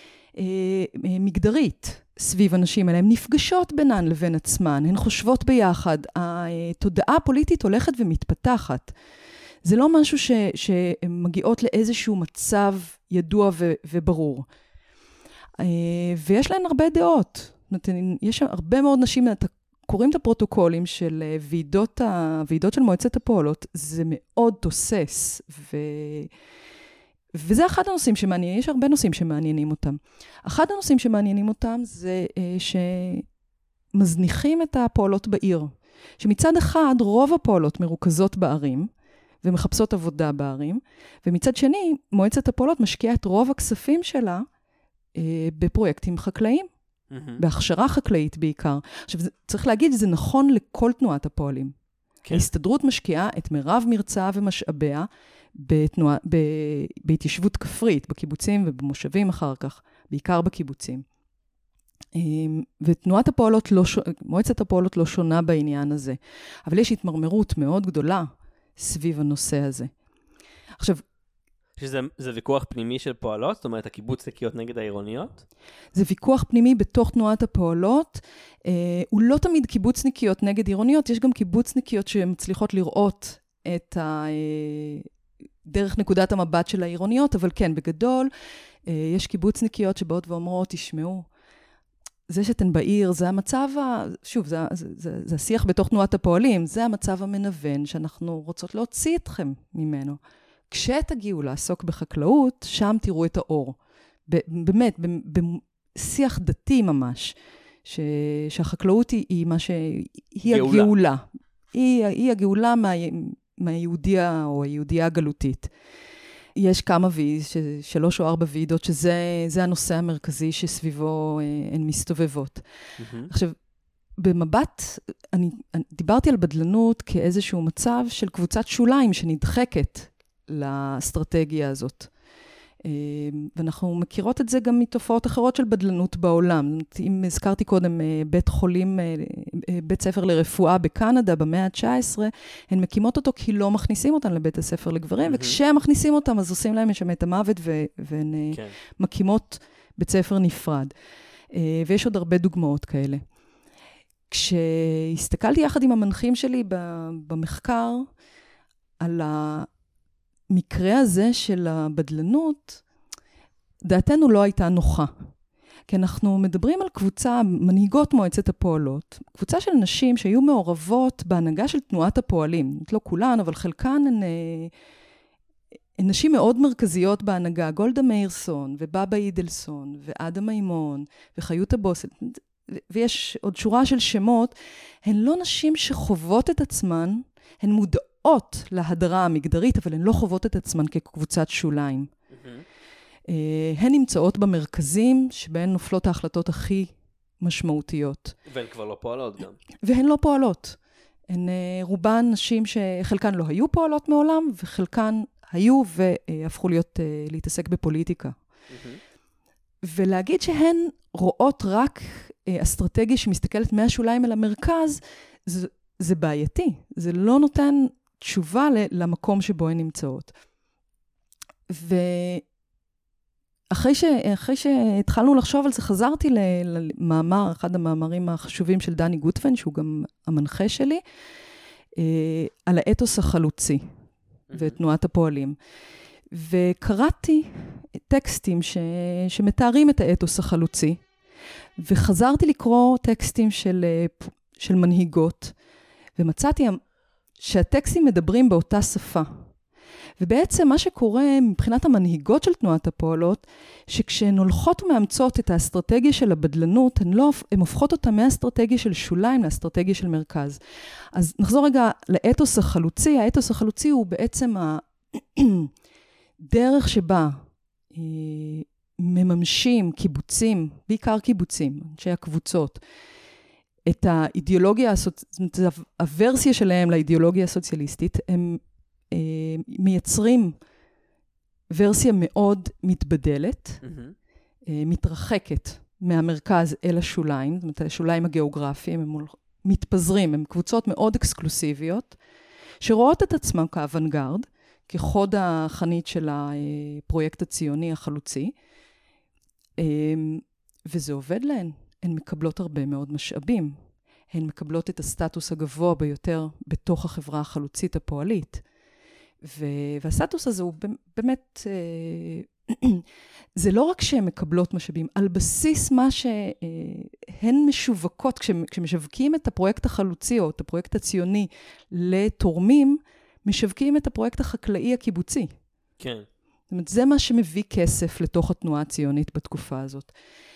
מגדרית סביב אנשים האלה. הן נפגשות בינן לבין עצמן, הן חושבות ביחד. התודעה הפוליטית הולכת ומתפתחת. זה לא משהו ש, שמגיעות לאיזשהו מצב ידוע ו, וברור. ויש להן הרבה דעות. יש הרבה מאוד נשים, אתה קוראים את הפרוטוקולים של ועידות, ה... ועידות של מועצת הפועלות, זה מאוד תוסס, ו... וזה אחד הנושאים שמעניינים, יש הרבה נושאים שמעניינים אותם. אחד הנושאים שמעניינים אותם זה שמזניחים את הפועלות בעיר. שמצד אחד רוב הפועלות מרוכזות בערים, ומחפשות עבודה בערים, ומצד שני מועצת הפועלות משקיעה את רוב הכספים שלה בפרויקטים חקלאיים. בהכשרה חקלאית בעיקר. עכשיו, צריך להגיד, זה נכון לכל תנועת הפועלים. כן. ההסתדרות משקיעה את מירב מרצה ומשאביה בתנועה, ב, בהתיישבות כפרית, בקיבוצים ובמושבים אחר כך, בעיקר בקיבוצים. ותנועת הפועלות, לא, מועצת הפועלות לא שונה בעניין הזה. אבל יש התמרמרות מאוד גדולה סביב הנושא הזה. עכשיו, שזה זה ויכוח פנימי של פועלות? זאת אומרת, הקיבוצניקיות נגד העירוניות? זה ויכוח פנימי בתוך תנועת הפועלות. אה, הוא לא תמיד קיבוצניקיות נגד עירוניות, יש גם קיבוצניקיות שמצליחות לראות את ה... אה, דרך נקודת המבט של העירוניות, אבל כן, בגדול, אה, יש קיבוצניקיות שבאות ואומרות, תשמעו, זה שאתן בעיר, זה המצב, ה... שוב, זה, זה, זה, זה השיח בתוך תנועת הפועלים, זה המצב המנוון שאנחנו רוצות להוציא אתכם ממנו. כשתגיעו לעסוק בחקלאות, שם תראו את האור. באמת, בשיח דתי ממש, ש, שהחקלאות היא, היא מה ש... היא גאולה. הגאולה. היא, היא הגאולה מה, מהיהודיה או היהודיה הגלותית. יש כמה וי, שלוש או ארבע ועידות, שזה זה הנושא המרכזי שסביבו הן מסתובבות. Mm-hmm. עכשיו, במבט, אני, אני דיברתי על בדלנות כאיזשהו מצב של קבוצת שוליים שנדחקת לאסטרטגיה הזאת. ואנחנו מכירות את זה גם מתופעות אחרות של בדלנות בעולם. אם הזכרתי קודם בית חולים, בית ספר לרפואה בקנדה במאה ה-תשע עשרה, הן מקימות אותו כי לא מכניסים אותן לבית הספר לגברים, mm-hmm. וכשהם מכניסים אותם אז עושים להם שם את המוות והן כן. מקימות בית ספר נפרד. ויש עוד הרבה דוגמאות כאלה. כשהסתכלתי יחד עם המנחים שלי במחקר על ה... המקרה הזה של הבדלנות, דעתנו לא הייתה נוחה. כי אנחנו מדברים על קבוצה, מנהיגות מועצת הפועלות, קבוצה של נשים שהיו מעורבות בהנהגה של תנועת הפועלים. לא כולן, אבל חלקן הן, הן נשים מאוד מרכזיות בהנהגה. גולדה מאירסון, ובאבא אידלסון, ואדה מימון, וחיות הבוסל, ויש עוד שורה של שמות. הן לא נשים שחוות את עצמן, הן מודעות, להדרה המגדרית, אבל הן לא חוות את עצמן כקבוצת שוליים. Mm-hmm. הן נמצאות במרכזים, שבהן נופלות ההחלטות הכי משמעותיות. והן כבר לא פועלות גם. והן לא פועלות. הן רובן נשים שחלקן לא היו פועלות מעולם, וחלקן היו והפכו להיות, להתעסק בפוליטיקה. Mm-hmm. ולהגיד שהן רואות רק אסטרטגיה שמסתכלת מהשוליים אל המרכז, זה, זה בעייתי. זה לא נותן תשובה למקום שבו הן נמצאות. ואחרי ש, אחרי שהתחלנו לחשוב על זה, חזרתי למאמר, אחד המאמרים החשובים של דני גוטפן, שהוא גם המנחה שלי, על האתוס החלוצי ותנועת הפועלים. וקראתי טקסטים ש, שמתארים את האתוס החלוצי, וחזרתי לקרוא טקסטים של, של מנהיגות, ומצאתי שהטקסטים מדברים באותה שפה. ובעצם מה שקורה מבחינת המנהיגות של תנועת הפועלות, שכשהן הולכות ומאמצות את האסטרטגיה של הבדלנות, הן, לא, הן הופכות אותה מהאסטרטגיה של שוליים לאסטרטגיה של מרכז. אז נחזור רגע לאתוס החלוצי. האתוס החלוצי הוא בעצם הדרך שבה אה, מממשים קיבוצים, בעיקר קיבוצים, אנשי הקבוצות, את האידיאולוגיה, הוורסיה שלהם לאידיאולוגיה הסוציאליסטית, הם אה, מייצרים ורסיה מאוד מתבדלת, mm-hmm. אה, מתרחקת מהמרכז אל השוליים, זאת אומרת, השוליים הגיאוגרפיים, הם מתפזרים, הם קבוצות מאוד אקסקלוסיביות, שרואות את עצמם כאוונגרד, כחוד החנית של הפרויקט הציוני החלוצי, אה, וזה עובד להן. הן מקבלות הרבה מאוד משאבים. הן מקבלות את הסטטוס הגבוה ביותר בתוך החברה החלוצית הפועלית. והסטטוס הזה הוא באמת, זה לא רק שהן מקבלות משאבים, על בסיס מה שהן משווקות, כשמשווקים את הפרויקט החלוצי או את הפרויקט הציוני לתורמים, משווקים את הפרויקט החקלאי הקיבוצי. כן. אומרת, זה מה שמביא כסף לתוך התנועה הציונית בתקופה הזאת.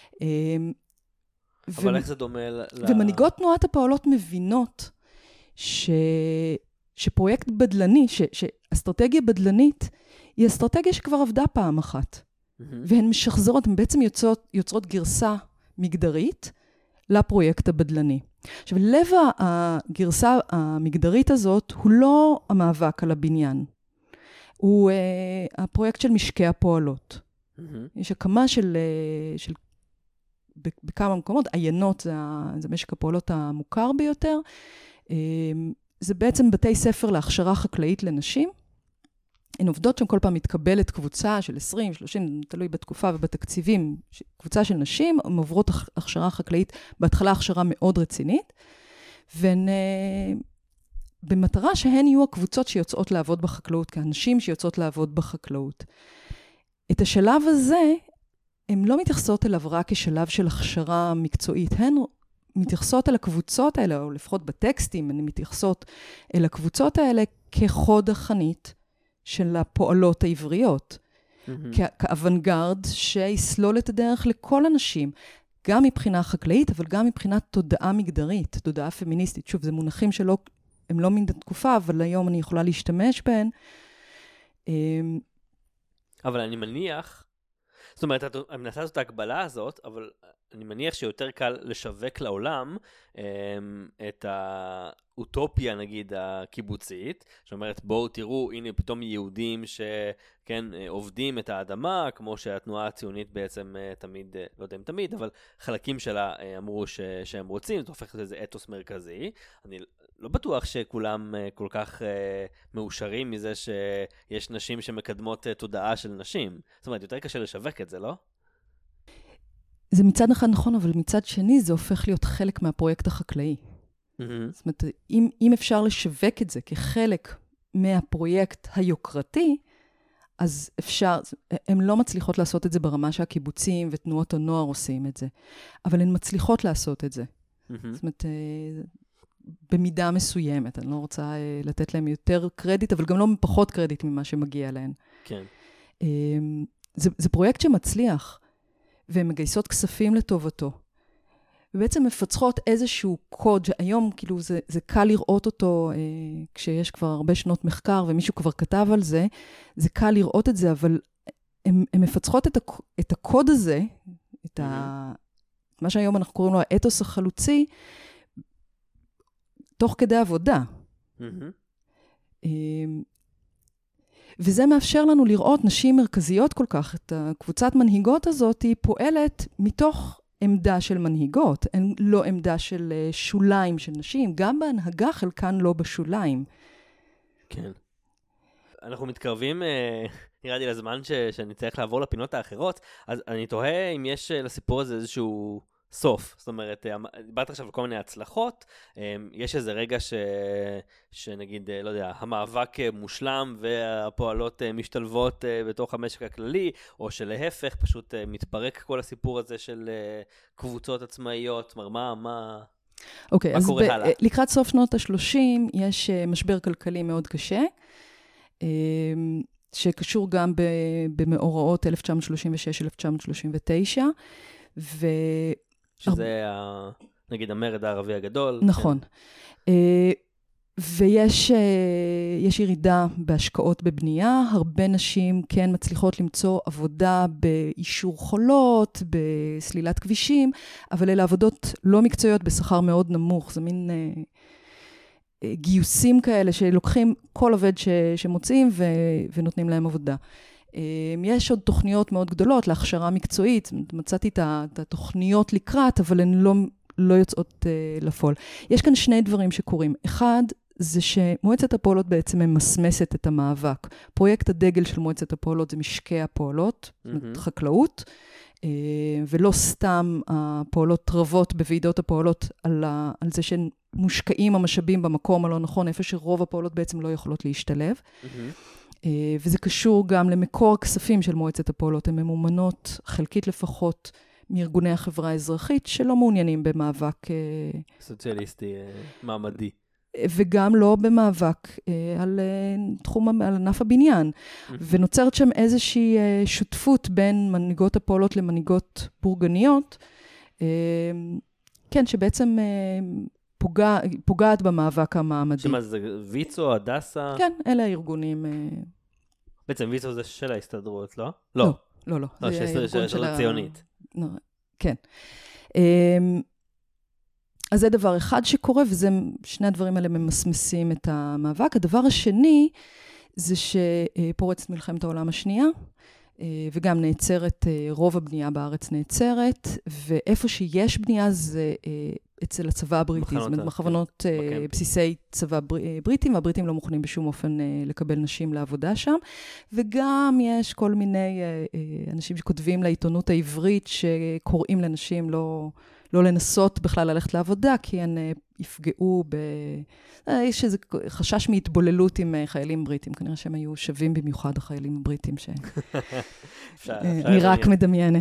אבל ו... איך זה דומה ל... ומנהיגות תנועת הפועלות מבינות ש... שפרויקט בדלני, ש... שאסטרטגיה בדלנית, היא אסטרטגיה שכבר עבדה פעם אחת. Mm-hmm. והן משחזרות, הן בעצם יוצרות, יוצרות גרסה מגדרית לפרויקט הבדלני. עכשיו, לב הגרסה המגדרית הזאת הוא לא המאבק על הבניין. הוא uh, הפרויקט של משקי הפועלות. Mm-hmm. יש הקמה של, uh, של בכמה מקומות, עיינות זה, זה משק הפועלות המוכר ביותר. Uh, זה בעצם בתי ספר להכשרה חקלאית לנשים. הן עובדות שם כל פעם מתקבלת קבוצה של עשרים, שלושים, תלוי בתקופה ובתקציבים, קבוצה של נשים, הן עוברות הכשרה חקלאית, בהתחלה הכשרה מאוד רצינית, והן במטרה שהן יהיו הקבוצות שיוצאות לעבוד בחקלאות, כאנשים שיוצאות לעבוד בחקלאות. את השלב הזה, הן לא מתייחסות אליו רק כשלב של הכשרה מקצועית, הן מתייחסות אל הקבוצות האלה, או לפחות בטקסטים, הן מתייחסות אל הקבוצות האלה כחוד החנית, של הפועלות העבריות, mm-hmm. כאוונגרד שיסלול את הדרך לכל אנשים, גם מבחינה חקלאית, אבל גם מבחינת תודעה מגדרית, תודעה פמיניסטית. שוב, זה מונחים שלא, הם לא מן התקופה, אבל היום אני יכולה להשתמש בהן. אבל אני מניח, זאת אומרת, אני מנסה לעשות את ההקבלה הזאת, אבל אני מניח שיותר קל לשווק לעולם את האוטופיה, נגיד, הקיבוצית, שאומרת, בואו תראו, הנה פתאום יהודים שכן, עובדים את האדמה, כמו שהתנועה הציונית בעצם תמיד, לא יודע אם תמיד, אבל חלקים שלה אמרו ש, שהם רוצים, זה הופך לזה אתוס מרכזי. אני לא בטוח שכולם כל כך מאושרים מזה שיש נשים שמקדמות תודעה של נשים. זאת אומרת, יותר קשה לשווק את זה, לא? זה מצד אחד נכון, אבל מצד שני זה הופך להיות חלק מהפרויקט החקלאי. Mm-hmm. זאת אומרת, אם, אם אפשר לשווק את זה כחלק מהפרויקט היוקרתי, אז אפשר, הן לא מצליחות לעשות את זה ברמה שהקיבוצים ותנועות הנוער עושים את זה, אבל הן מצליחות לעשות את זה. Mm-hmm. זאת אומרת, במידה מסוימת, אני לא רוצה לתת להם יותר קרדיט, אבל גם לא פחות קרדיט ממה שמגיע להן. כן. זה, זה פרויקט שמצליח, והן מגייסות כספים לטובתו. ובעצם מפצחות איזשהו קוד, שהיום כאילו זה, זה קל לראות אותו, אה, כשיש כבר הרבה שנות מחקר, ומישהו כבר כתב על זה, זה קל לראות את זה, אבל הן מפצחות את, הק, את הקוד הזה, את ה, מה שהיום אנחנו קוראים לו האתוס החלוצי, תוך כדי עבודה. אה, וזה מאפשר לנו לראות נשים מרכזיות כל כך, את הקבוצת מנהיגות הזאת היא פועלת מתוך עמדה של מנהיגות, אין לא עמדה של שוליים של נשים, גם בהנהגה חלקן לא בשוליים. כן. אנחנו מתקרבים, נראה לי לזמן ש, שאני צריך לעבור לפינות האחרות, אז אני תוהה אם יש לסיפור הזה איזשהו סוף. זאת אומרת, דיברת עכשיו על כל מיני הצלחות, יש איזה רגע ש, שנגיד, לא יודע, המאבק מושלם והפועלות משתלבות בתוך המשק הכללי, או שלהפך, פשוט מתפרק כל הסיפור הזה של קבוצות עצמאיות, מה, מה, מה אוקיי, אז קורה הלאה? לקראת סוף שנות ה-שלושים יש משבר כלכלי מאוד קשה, שקשור גם במאורעות אלף תשע מאות שלושים ושש אלף תשע מאות שלושים ותשע, ו... שזה, ה... נגיד, המרד הערבי הגדול. נכון. כן. ויש יש ירידה בהשקעות בבנייה, הרבה נשים כן מצליחות למצוא עבודה באישור חולות, בסלילת כבישים, אבל אלה עבודות לא מקצועיות בשכר מאוד נמוך, זה מין גיוסים כאלה שלוקחים כל עובד ש, שמוצאים ו, ונותנים להם עבודה. יש עוד תוכניות מאוד גדולות להכשרה מקצועית, מצאתי את התוכניות לקראת, אבל הן לא, לא יוצאות לפועל. יש כאן שני דברים שקורים. אחד, זה שמועצת הפועלות בעצם ממסמסת את המאבק. פרויקט הדגל של מועצת הפועלות זה משקי הפועלות, mm-hmm. חקלאות, ולא סתם הפועלות רבות בוועידות הפועלות על, ה, על זה שמושקעים המשאבים במקום הלא נכון, איפה שרוב הפועלות בעצם לא יכולות להשתלב. Mm-hmm. וזה קשור גם למקור הכספים של מועצת הפועלות, הן ממומנות חלקית לפחות מארגוני החברה האזרחית, שלא מעוניינים במאבק... סוציאליסטי, מעמדי. וגם לא במאבק על תחום, על ענף הבניין. ונוצרת שם איזושהי שותפות בין מנהיגות הפועלות למנהיגות בורגניות, כן, שבעצם פוגע, פוגעת במאבק המעמדי. שמה זה ויצו, הדסה? כן, אלה הארגונים. בעצם ויצו זה של ההסתדרות, לא? לא, לא, לא. לא, של ההסתדרות הציונית. כן. אז זה דבר אחד שקורה, וזה, שני הדברים האלה ממסמסים את המאבק. הדבר השני, זה שפורצת מלחמת העולם השנייה, וגם נעצרת, רוב הבנייה בארץ נעצרת, ואיפה שיש בנייה זה אצל הצבא הבריטי, זאת אומרת, מחנות בסיסי צבא בריטים, והבריטים לא מוכנים בשום אופן לקבל נשים לעבודה שם, וגם יש כל מיני אנשים שכותבים לעיתונות העברית, שקוראים לנשים לא... לא לנסות בכלל ללכת לעבודה, כי הן יפגעו ב... יש איזה חשש מהתבוללות עם חיילים בריטים, כנראה שהם היו שווים במיוחד החיילים הבריטים, שאני רק מדמיינת.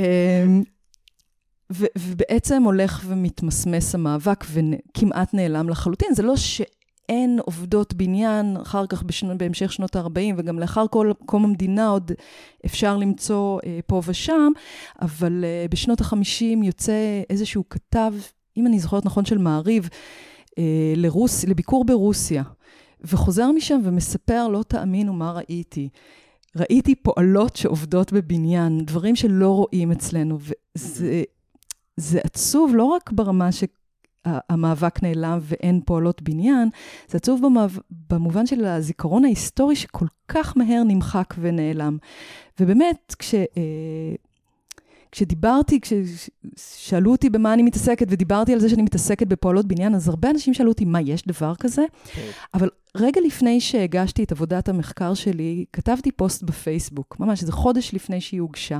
ובעצם הולך ומתמסמס המאבק, וכמעט נעלם לחלוטין. זה לא שאין עובדות בניין, אחר כך בהמשך שנות ה-ארבעים, וגם לאחר קום המדינה עוד אפשר למצוא פה ושם, אבל בשנות ה-חמישים יוצא איזשהו כתב, אם אני זוכרת נכון, של מעריב, לרוס, לביקור ברוסיה, וחוזר משם ומספר, לא תאמינו מה ראיתי. ראיתי פועלות שעובדות בבניין, דברים שלא רואים אצלנו, וזה זה עצוב לא רק ברמה שהמאבק נעלם ואין פועלות בניין, זה עצוב במאב... במובן של הזיכרון ההיסטורי שכל כך מהר נמחק ונעלם. ובאמת, כש... כשדיברתי, כששאלו אותי במה אני מתעסקת, ודיברתי על זה שאני מתעסקת בפועלות בניין, אז הרבה אנשים שאלו אותי, מה, יש דבר כזה? אבל רגע לפני שהגשתי את עבודת המחקר שלי, כתבתי פוסט בפייסבוק, ממש, זה חודש לפני שהיא הוגשה.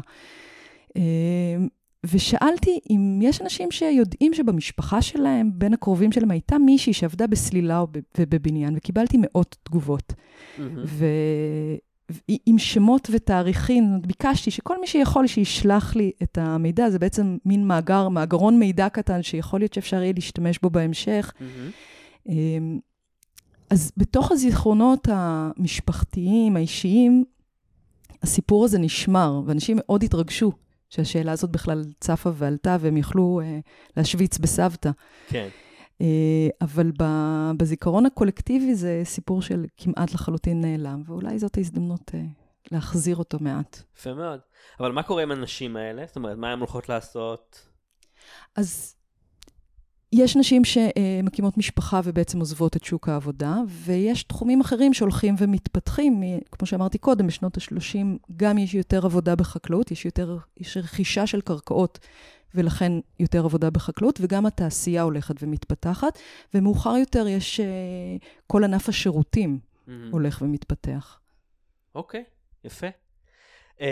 ושאלתי אם יש אנשים שיודעים שבמשפחה שלהם, בין הקרובים שלהם, הייתה מישהי שעבדה בסלילה ובבניין, וקיבלתי מאות תגובות. ו... עם שמות ותאריכים, ביקשתי שכל מי שיכול שישלח לי את המידע, זה בעצם מין מאגר, מאגרון מידע קטן, שיכול להיות שאפשר יהיה להשתמש בו בהמשך. Mm-hmm. אז בתוך הזיכרונות המשפחתיים, האישיים, הסיפור הזה נשמר, ואנשים מאוד התרגשו שהשאלה הזאת בכלל צפה ועלתה, והם יכלו uh, להשוויץ בסבתא. כן. אבל בזיכרון הקולקטיבי זה סיפור של כמעט לחלוטין נעלם, ואולי זאת ההזדמנות להחזיר אותו מעט. יפה מאוד. אבל מה קורה עם הנשים האלה? זאת אומרת, מה הן הולכות לעשות? אז יש נשים שמקימות משפחה ובעצם עוזבות את שוק העבודה, ויש תחומים אחרים שהולכים ומתפתחים, כמו שאמרתי קודם, בשנות ה-שלושים גם יש יותר עבודה בחקלאות, יש יותר, יש רכישה של קרקעות, ולכן יותר עבודה בחקלאות, וגם התעשייה הולכת ומתפתחת, ומאוחר יותר יש uh, כל ענף השירותים mm-hmm. הולך ומתפתח. אוקיי, okay, יפה. Um,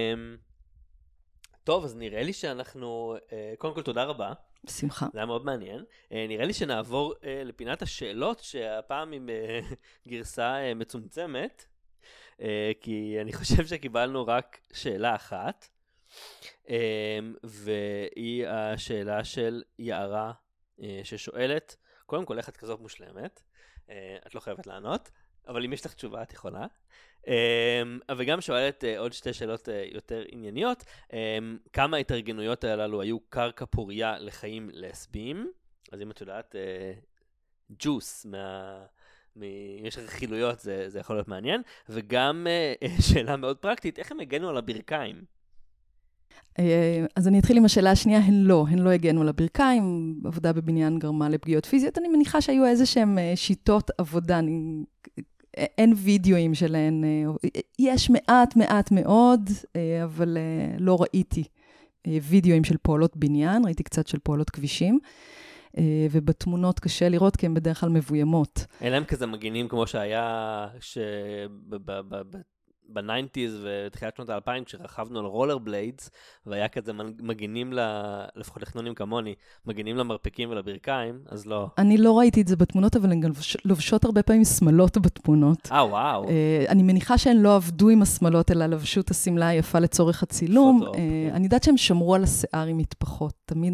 טוב, אז נראה לי שאנחנו, uh, קודם כל תודה רבה. בשמחה. זה היה מאוד מעניין. Uh, נראה לי שנעבור uh, לפינת השאלות, שהפעם עם uh, גרסה uh, מצומצמת, uh, כי אני חושב שקיבלנו רק שאלה אחת, והיא השאלה של יערה ששואלת, קודם כל איך את כזאת מושלמת, את לא חייבת לענות, אבל אם יש לך תשובה את יכולה, וגם שואלת עוד שתי שאלות יותר ענייניות, כמה התארגנויות הללו היו קרקע פוריה לחיים לסביים, אז אם את יודעת, ג'וס מה... יש רכילויות, זה, זה יכול להיות מעניין, וגם שאלה מאוד פרקטית, איך הם הגנו על הברכיים? אז אני אתחיל עם השאלה השנייה, הן לא, הן לא הגנו על הברכיים, עבודה בבניין גרמה לפגיעות פיזיות, אני מניחה שהיו איזה שהן שיטות עבודה, אני, אין וידאוים שלהן, יש מעט מעט מאוד, אבל לא ראיתי וידאוים של פועלות בניין, ראיתי קצת של פועלות כבישים, ובתמונות קשה לראות כי הן בדרך כלל מבוימות. אין להם כזה מגינים כמו שהיה בניינטיז ותחילת שנות האלפיים, כשרכבנו על רולר בליידס, והיה כזה מגינים, לפחות לחנונים כמוני, מגינים למרפקים ולברכיים, אז לא. אני לא ראיתי את זה בתמונות, אבל הן גם לובשות הרבה פעמים שמלות בתמונות. אה, וואו. אני מניחה שהן לא עבדו עם השמלות, אלא לבשו את השמלה היפה לצורך הצילום. אני יודעת שהן שמרו על השיער עם מטפחות. תמיד אני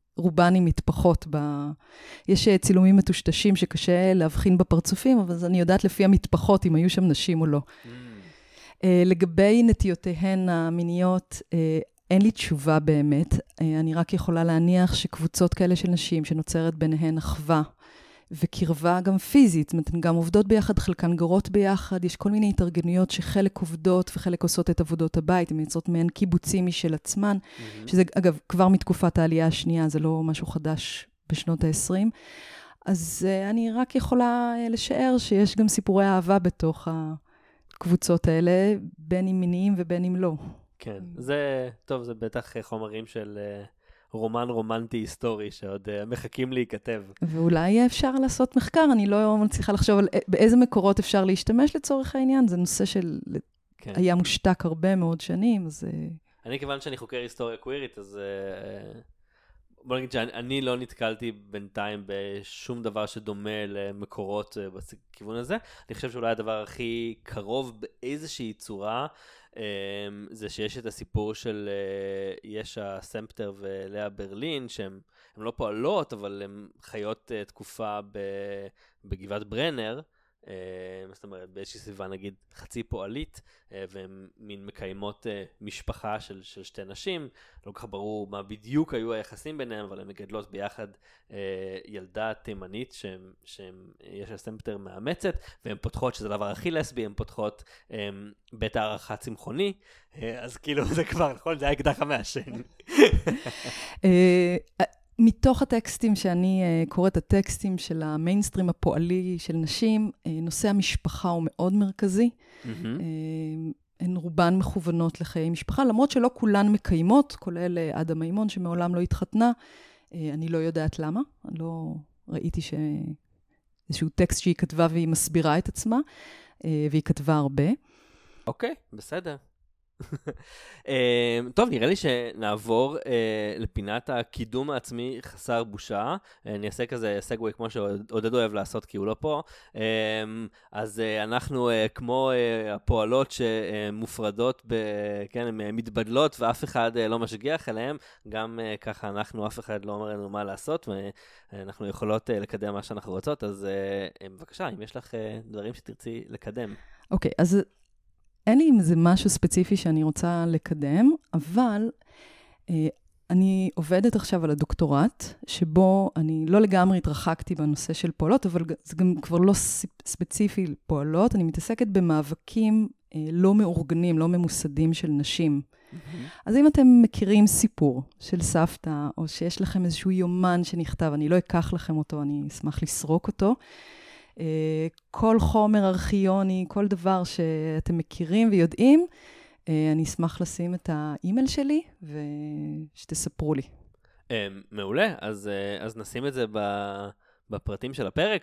רובן עם מטפחות. ב... יש צילומים מטושטשים שקשה להבחין בפרצופים, אבל אני יודעת לפי המטפחות אם היו שם נשים או לא. Mm. Uh, לגבי נטיותיהן המיניות, uh, אין לי תשובה באמת. Uh, אני רק יכולה להניח שקבוצות כאלה של נשים שנוצרת ביניהן אחווה, וקרבה גם פיזית, זאת אומרת, הן גם עובדות ביחד, חלקן גרות ביחד, יש כל מיני התארגנויות שחלק עובדות וחלק עושות את עבודות הבית, הן מייצרות מהן קיבוצים משל עצמן, mm-hmm. שזה אגב כבר מתקופת העלייה השנייה, זה לא משהו חדש בשנות ה-עשרים, אז uh, אני רק יכולה uh, לשער שיש גם סיפורי אהבה בתוך הקבוצות האלה, בין אם מיניים ובין אם לא. כן, זה טוב, זה בטח חומרים של... Uh... רומן רומנטי היסטורי שעוד uh, מחכים להיכתב. ואולי אפשר לעשות מחקר, אני לא מצליחה לחשוב על באיזה מקורות אפשר להשתמש לצורך העניין, זה נושא של... כן. היה מושתק הרבה מאוד שנים, אז... אני כיוון שאני חוקר היסטוריה קווירית, אז uh, בוא נגיד שאני לא נתקלתי בינתיים בשום דבר שדומה למקורות uh, בכיוון הזה. אני חושב שאולי הדבר הכי קרוב באיזושהי צורה, זה שיש את הסיפור של ישע סמפטר ולאה ברלין, שהן לא פועלות, אבל הן חיות תקופה בגבעת ברנר, זאת אומרת, באיזושהי סביבה נגיד חצי פועלית, והן מין מקיימות משפחה של, של שתי נשים, לא כך ברור מה בדיוק היו היחסים ביניהם, אבל הן מגדלות ביחד ילדה תימנית שיש הסמפטר מאמצת, והן פותחות, שזה הדבר הכי לסבי, הן פותחות בית הערכה צמחוני, אז כאילו זה כבר, נכון, זה היה אקדח המעשן. מתוך הטקסטים שאני uh, קוראת, הטקסטים של המיינסטרים הפועלי של נשים, uh, נושא המשפחה הוא מאוד מרכזי. Mm-hmm. Uh, הן רובן מכוונות לחיי משפחה, למרות שלא כולן מקיימות, כולל uh, עדה מימון שמעולם לא התחתנה. Uh, אני לא יודעת למה, אני לא ראיתי שאיזשהו טקסט שהיא כתבה והיא מסבירה את עצמה, uh, והיא כתבה הרבה. אוקיי, okay, בסדר. טוב, נראה לי שנעבור לפינת הקידום העצמי חסר בושה. אני אעשה כזה סגווי כמו שעודד אוהב לעשות כי הוא לא פה. אז אנחנו כמו הפועלות שמופרדות, כן, הן מתבדלות ואף אחד לא משגיח אליהם, גם ככה אנחנו, אף אחד לא אומר לנו מה לעשות, ואנחנו יכולות לקדם מה שאנחנו רוצות. אז בבקשה, אם יש לך דברים שתרצי לקדם. אוקיי, אז אין לי איזה משהו ספציפי שאני רוצה לקדם, אבל אה, אני עובדת עכשיו על הדוקטורט, שבו אני לא לגמרי התרחקתי בנושא של פועלות, אבל זה גם כבר לא ספציפי לפועלות, אני מתעסקת במאבקים אה, לא מאורגנים, לא ממוסדים של נשים. Mm-hmm. אז אם אתם מכירים סיפור של סבתא, או שיש לכם איזשהו יומן שנכתב, אני לא אקח לכם אותו, אני אשמח לסרוק אותו, כל חומר ארכיוני, כל דבר שאתם מכירים ויודעים, אני אשמח לשים את האימייל שלי ושתספרו לי. מעולה, אז, אז נשים את זה בפרטים של הפרק,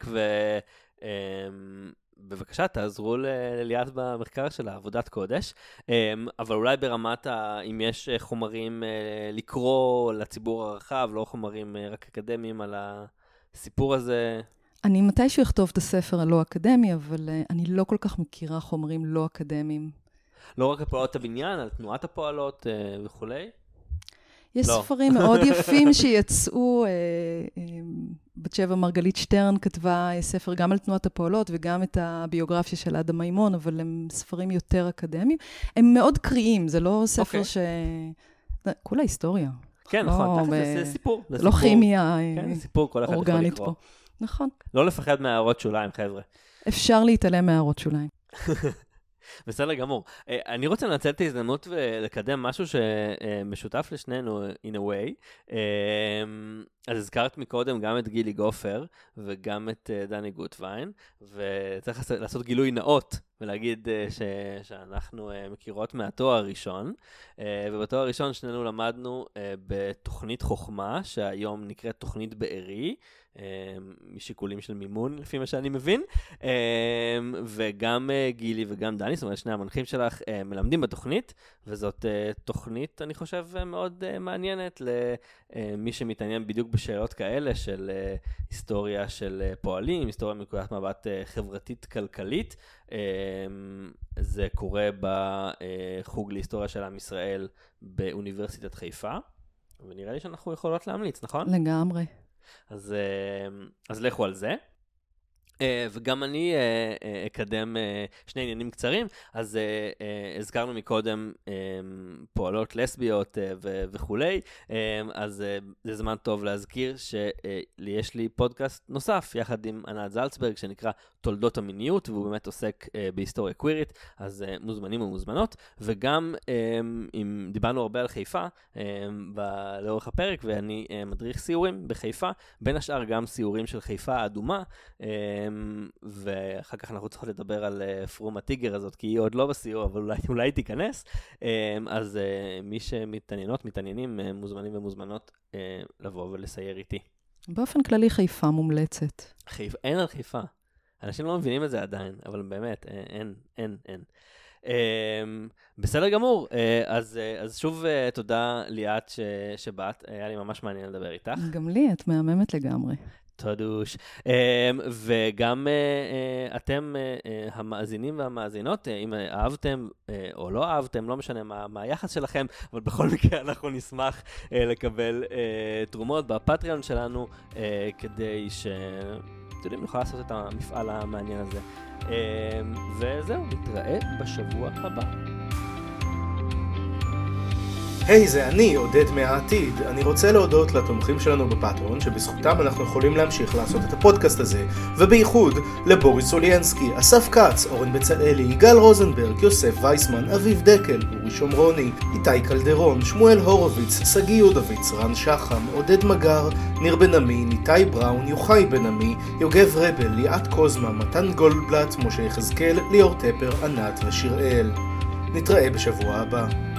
ובבקשה תעזרו לליאת במחקר של עבודת קודש, אבל אולי ברמת, ה, אם יש חומרים לקרוא לציבור הרחב, לא חומרים רק אקדמיים על הסיפור הזה, אני מתישהו אכתוב את הספר הלא אקדמי, אבל uh, אני לא כל כך מכירה חומרים לא אקדמיים. לא רק הפועלות הבניין, על תנועת הפועלות uh, וכו'? יש לא. ספרים מאוד יפים שיצאו, uh, uh, בת שבע מרגלית שטרן כתבה ספר גם על תנועת הפועלות, וגם את הביוגרפיה של עדה מימון, אבל הם ספרים יותר אקדמיים. הם מאוד קריאים, זה לא ספר okay. ש... כולה היסטוריה. כן, לא, נכון, ב... זה, זה סיפור. זה לא סיפור. כימיה כן, זה סיפור, כל אחד יכול לקרוא. פה. נכון. לא לפחד מהערות שוליים, חבר'ה. אפשר להתעלם מהערות שוליים. בסדר גמור. אני רוצה לנצל את ההזדמנות ולקדם משהו שמשותף לשנינו, in a way. אז הזכרת מקודם גם את גילי גופר, וגם את דני גוטווין, וצריך לעשות גילוי נאות, ולהגיד ש... שאנחנו מכירות מהתואר הראשון, ובתואר הראשון שנינו למדנו בתוכנית חוכמה, שהיום נקראת תוכנית בארי, משיקולים של מימון, לפי מה שאני מבין, וגם גילי וגם דני, זאת אומרת, שני המנחים שלך מלמדים בתוכנית, וזאת תוכנית, אני חושב, מאוד מעניינת למי שמתעניין בדיוק בשאלות כאלה של היסטוריה של פועלים, היסטוריה מנקודת מבט חברתית-כלכלית. זה קורה בחוג להיסטוריה של עם ישראל באוניברסיטת חיפה. ונראה לי שאנחנו יכולות להמליץ, נכון? לגמרי. אז, אז לכו על זה. Uh, וגם אני uh, uh, אקדם uh, שני עניינים קצרים, אז uh, uh, הזכרנו מקודם um, פועלות לסביות uh, ו- וכולי, um, אז uh, זה זמן טוב להזכיר שיש לי פודקאסט נוסף יחד עם ענת זלצברג שנקרא תולדות המיניות, והוא באמת עוסק uh, בהיסטוריה קווירית, אז uh, מוזמנים ומוזמנות, וגם um, אם דיברנו הרבה על חיפה um, ב- לאורך הפרק, ואני uh, מדריך סיורים בחיפה, בין השאר גם סיורים של חיפה האדומה, um, ואחר כך אנחנו צריכות לדבר על פרום הטיגר הזאת, כי היא עוד לא בסיור, אבל אולי, אולי תיכנס. אז מי שמתעניינות, מתעניינים, מוזמנים ומוזמנות לבוא ולסייר איתי. באופן כללי חיפה מומלצת. חיפ... אין על חיפה. אנשים לא מבינים את זה עדיין, אבל באמת, אין, אין, אין. בסדר גמור, אז, אז שוב תודה ליאת ש... שבאת, היה לי ממש מעניין לדבר איתך. גם לי, את מהממת לגמרי. תודוש. וגם אתם, המאזינים והמאזינות, אם אהבתם או לא אהבתם, לא משנה מה, מה היחס שלכם, אבל בכל מקרה אנחנו נשמח לקבל תרומות בפטריון שלנו, כדי ש... אתם יודעים, נוכל לעשות את המפעל המעניין הזה. וזהו, נתראה בשבוע הבא. היי, hey, זה אני, עודד מהעתיד. אני רוצה להודות לתומכים שלנו בפטריון, שבזכותם אנחנו יכולים להמשיך לעשות את הפודקאסט הזה, ובייחוד לבוריס אוליינסקי, אסף קץ, אורן בצלאלי, יגאל רוזנברג, יוסף וייסמן, אביב דקל, אורי שומרוני, איתי קלדרון, שמואל הורוביץ, סגי יודוביץ, רן שחם, עודד מגר, ניר בן עמי, ניתי בראון, יוחאי בן עמי, יוגב רבל, ליאת קוזמה, מתן גולדבלט, משה יחזקאל, ליאור טפר, ענת ושיראל. נתראה בשבוע הבא.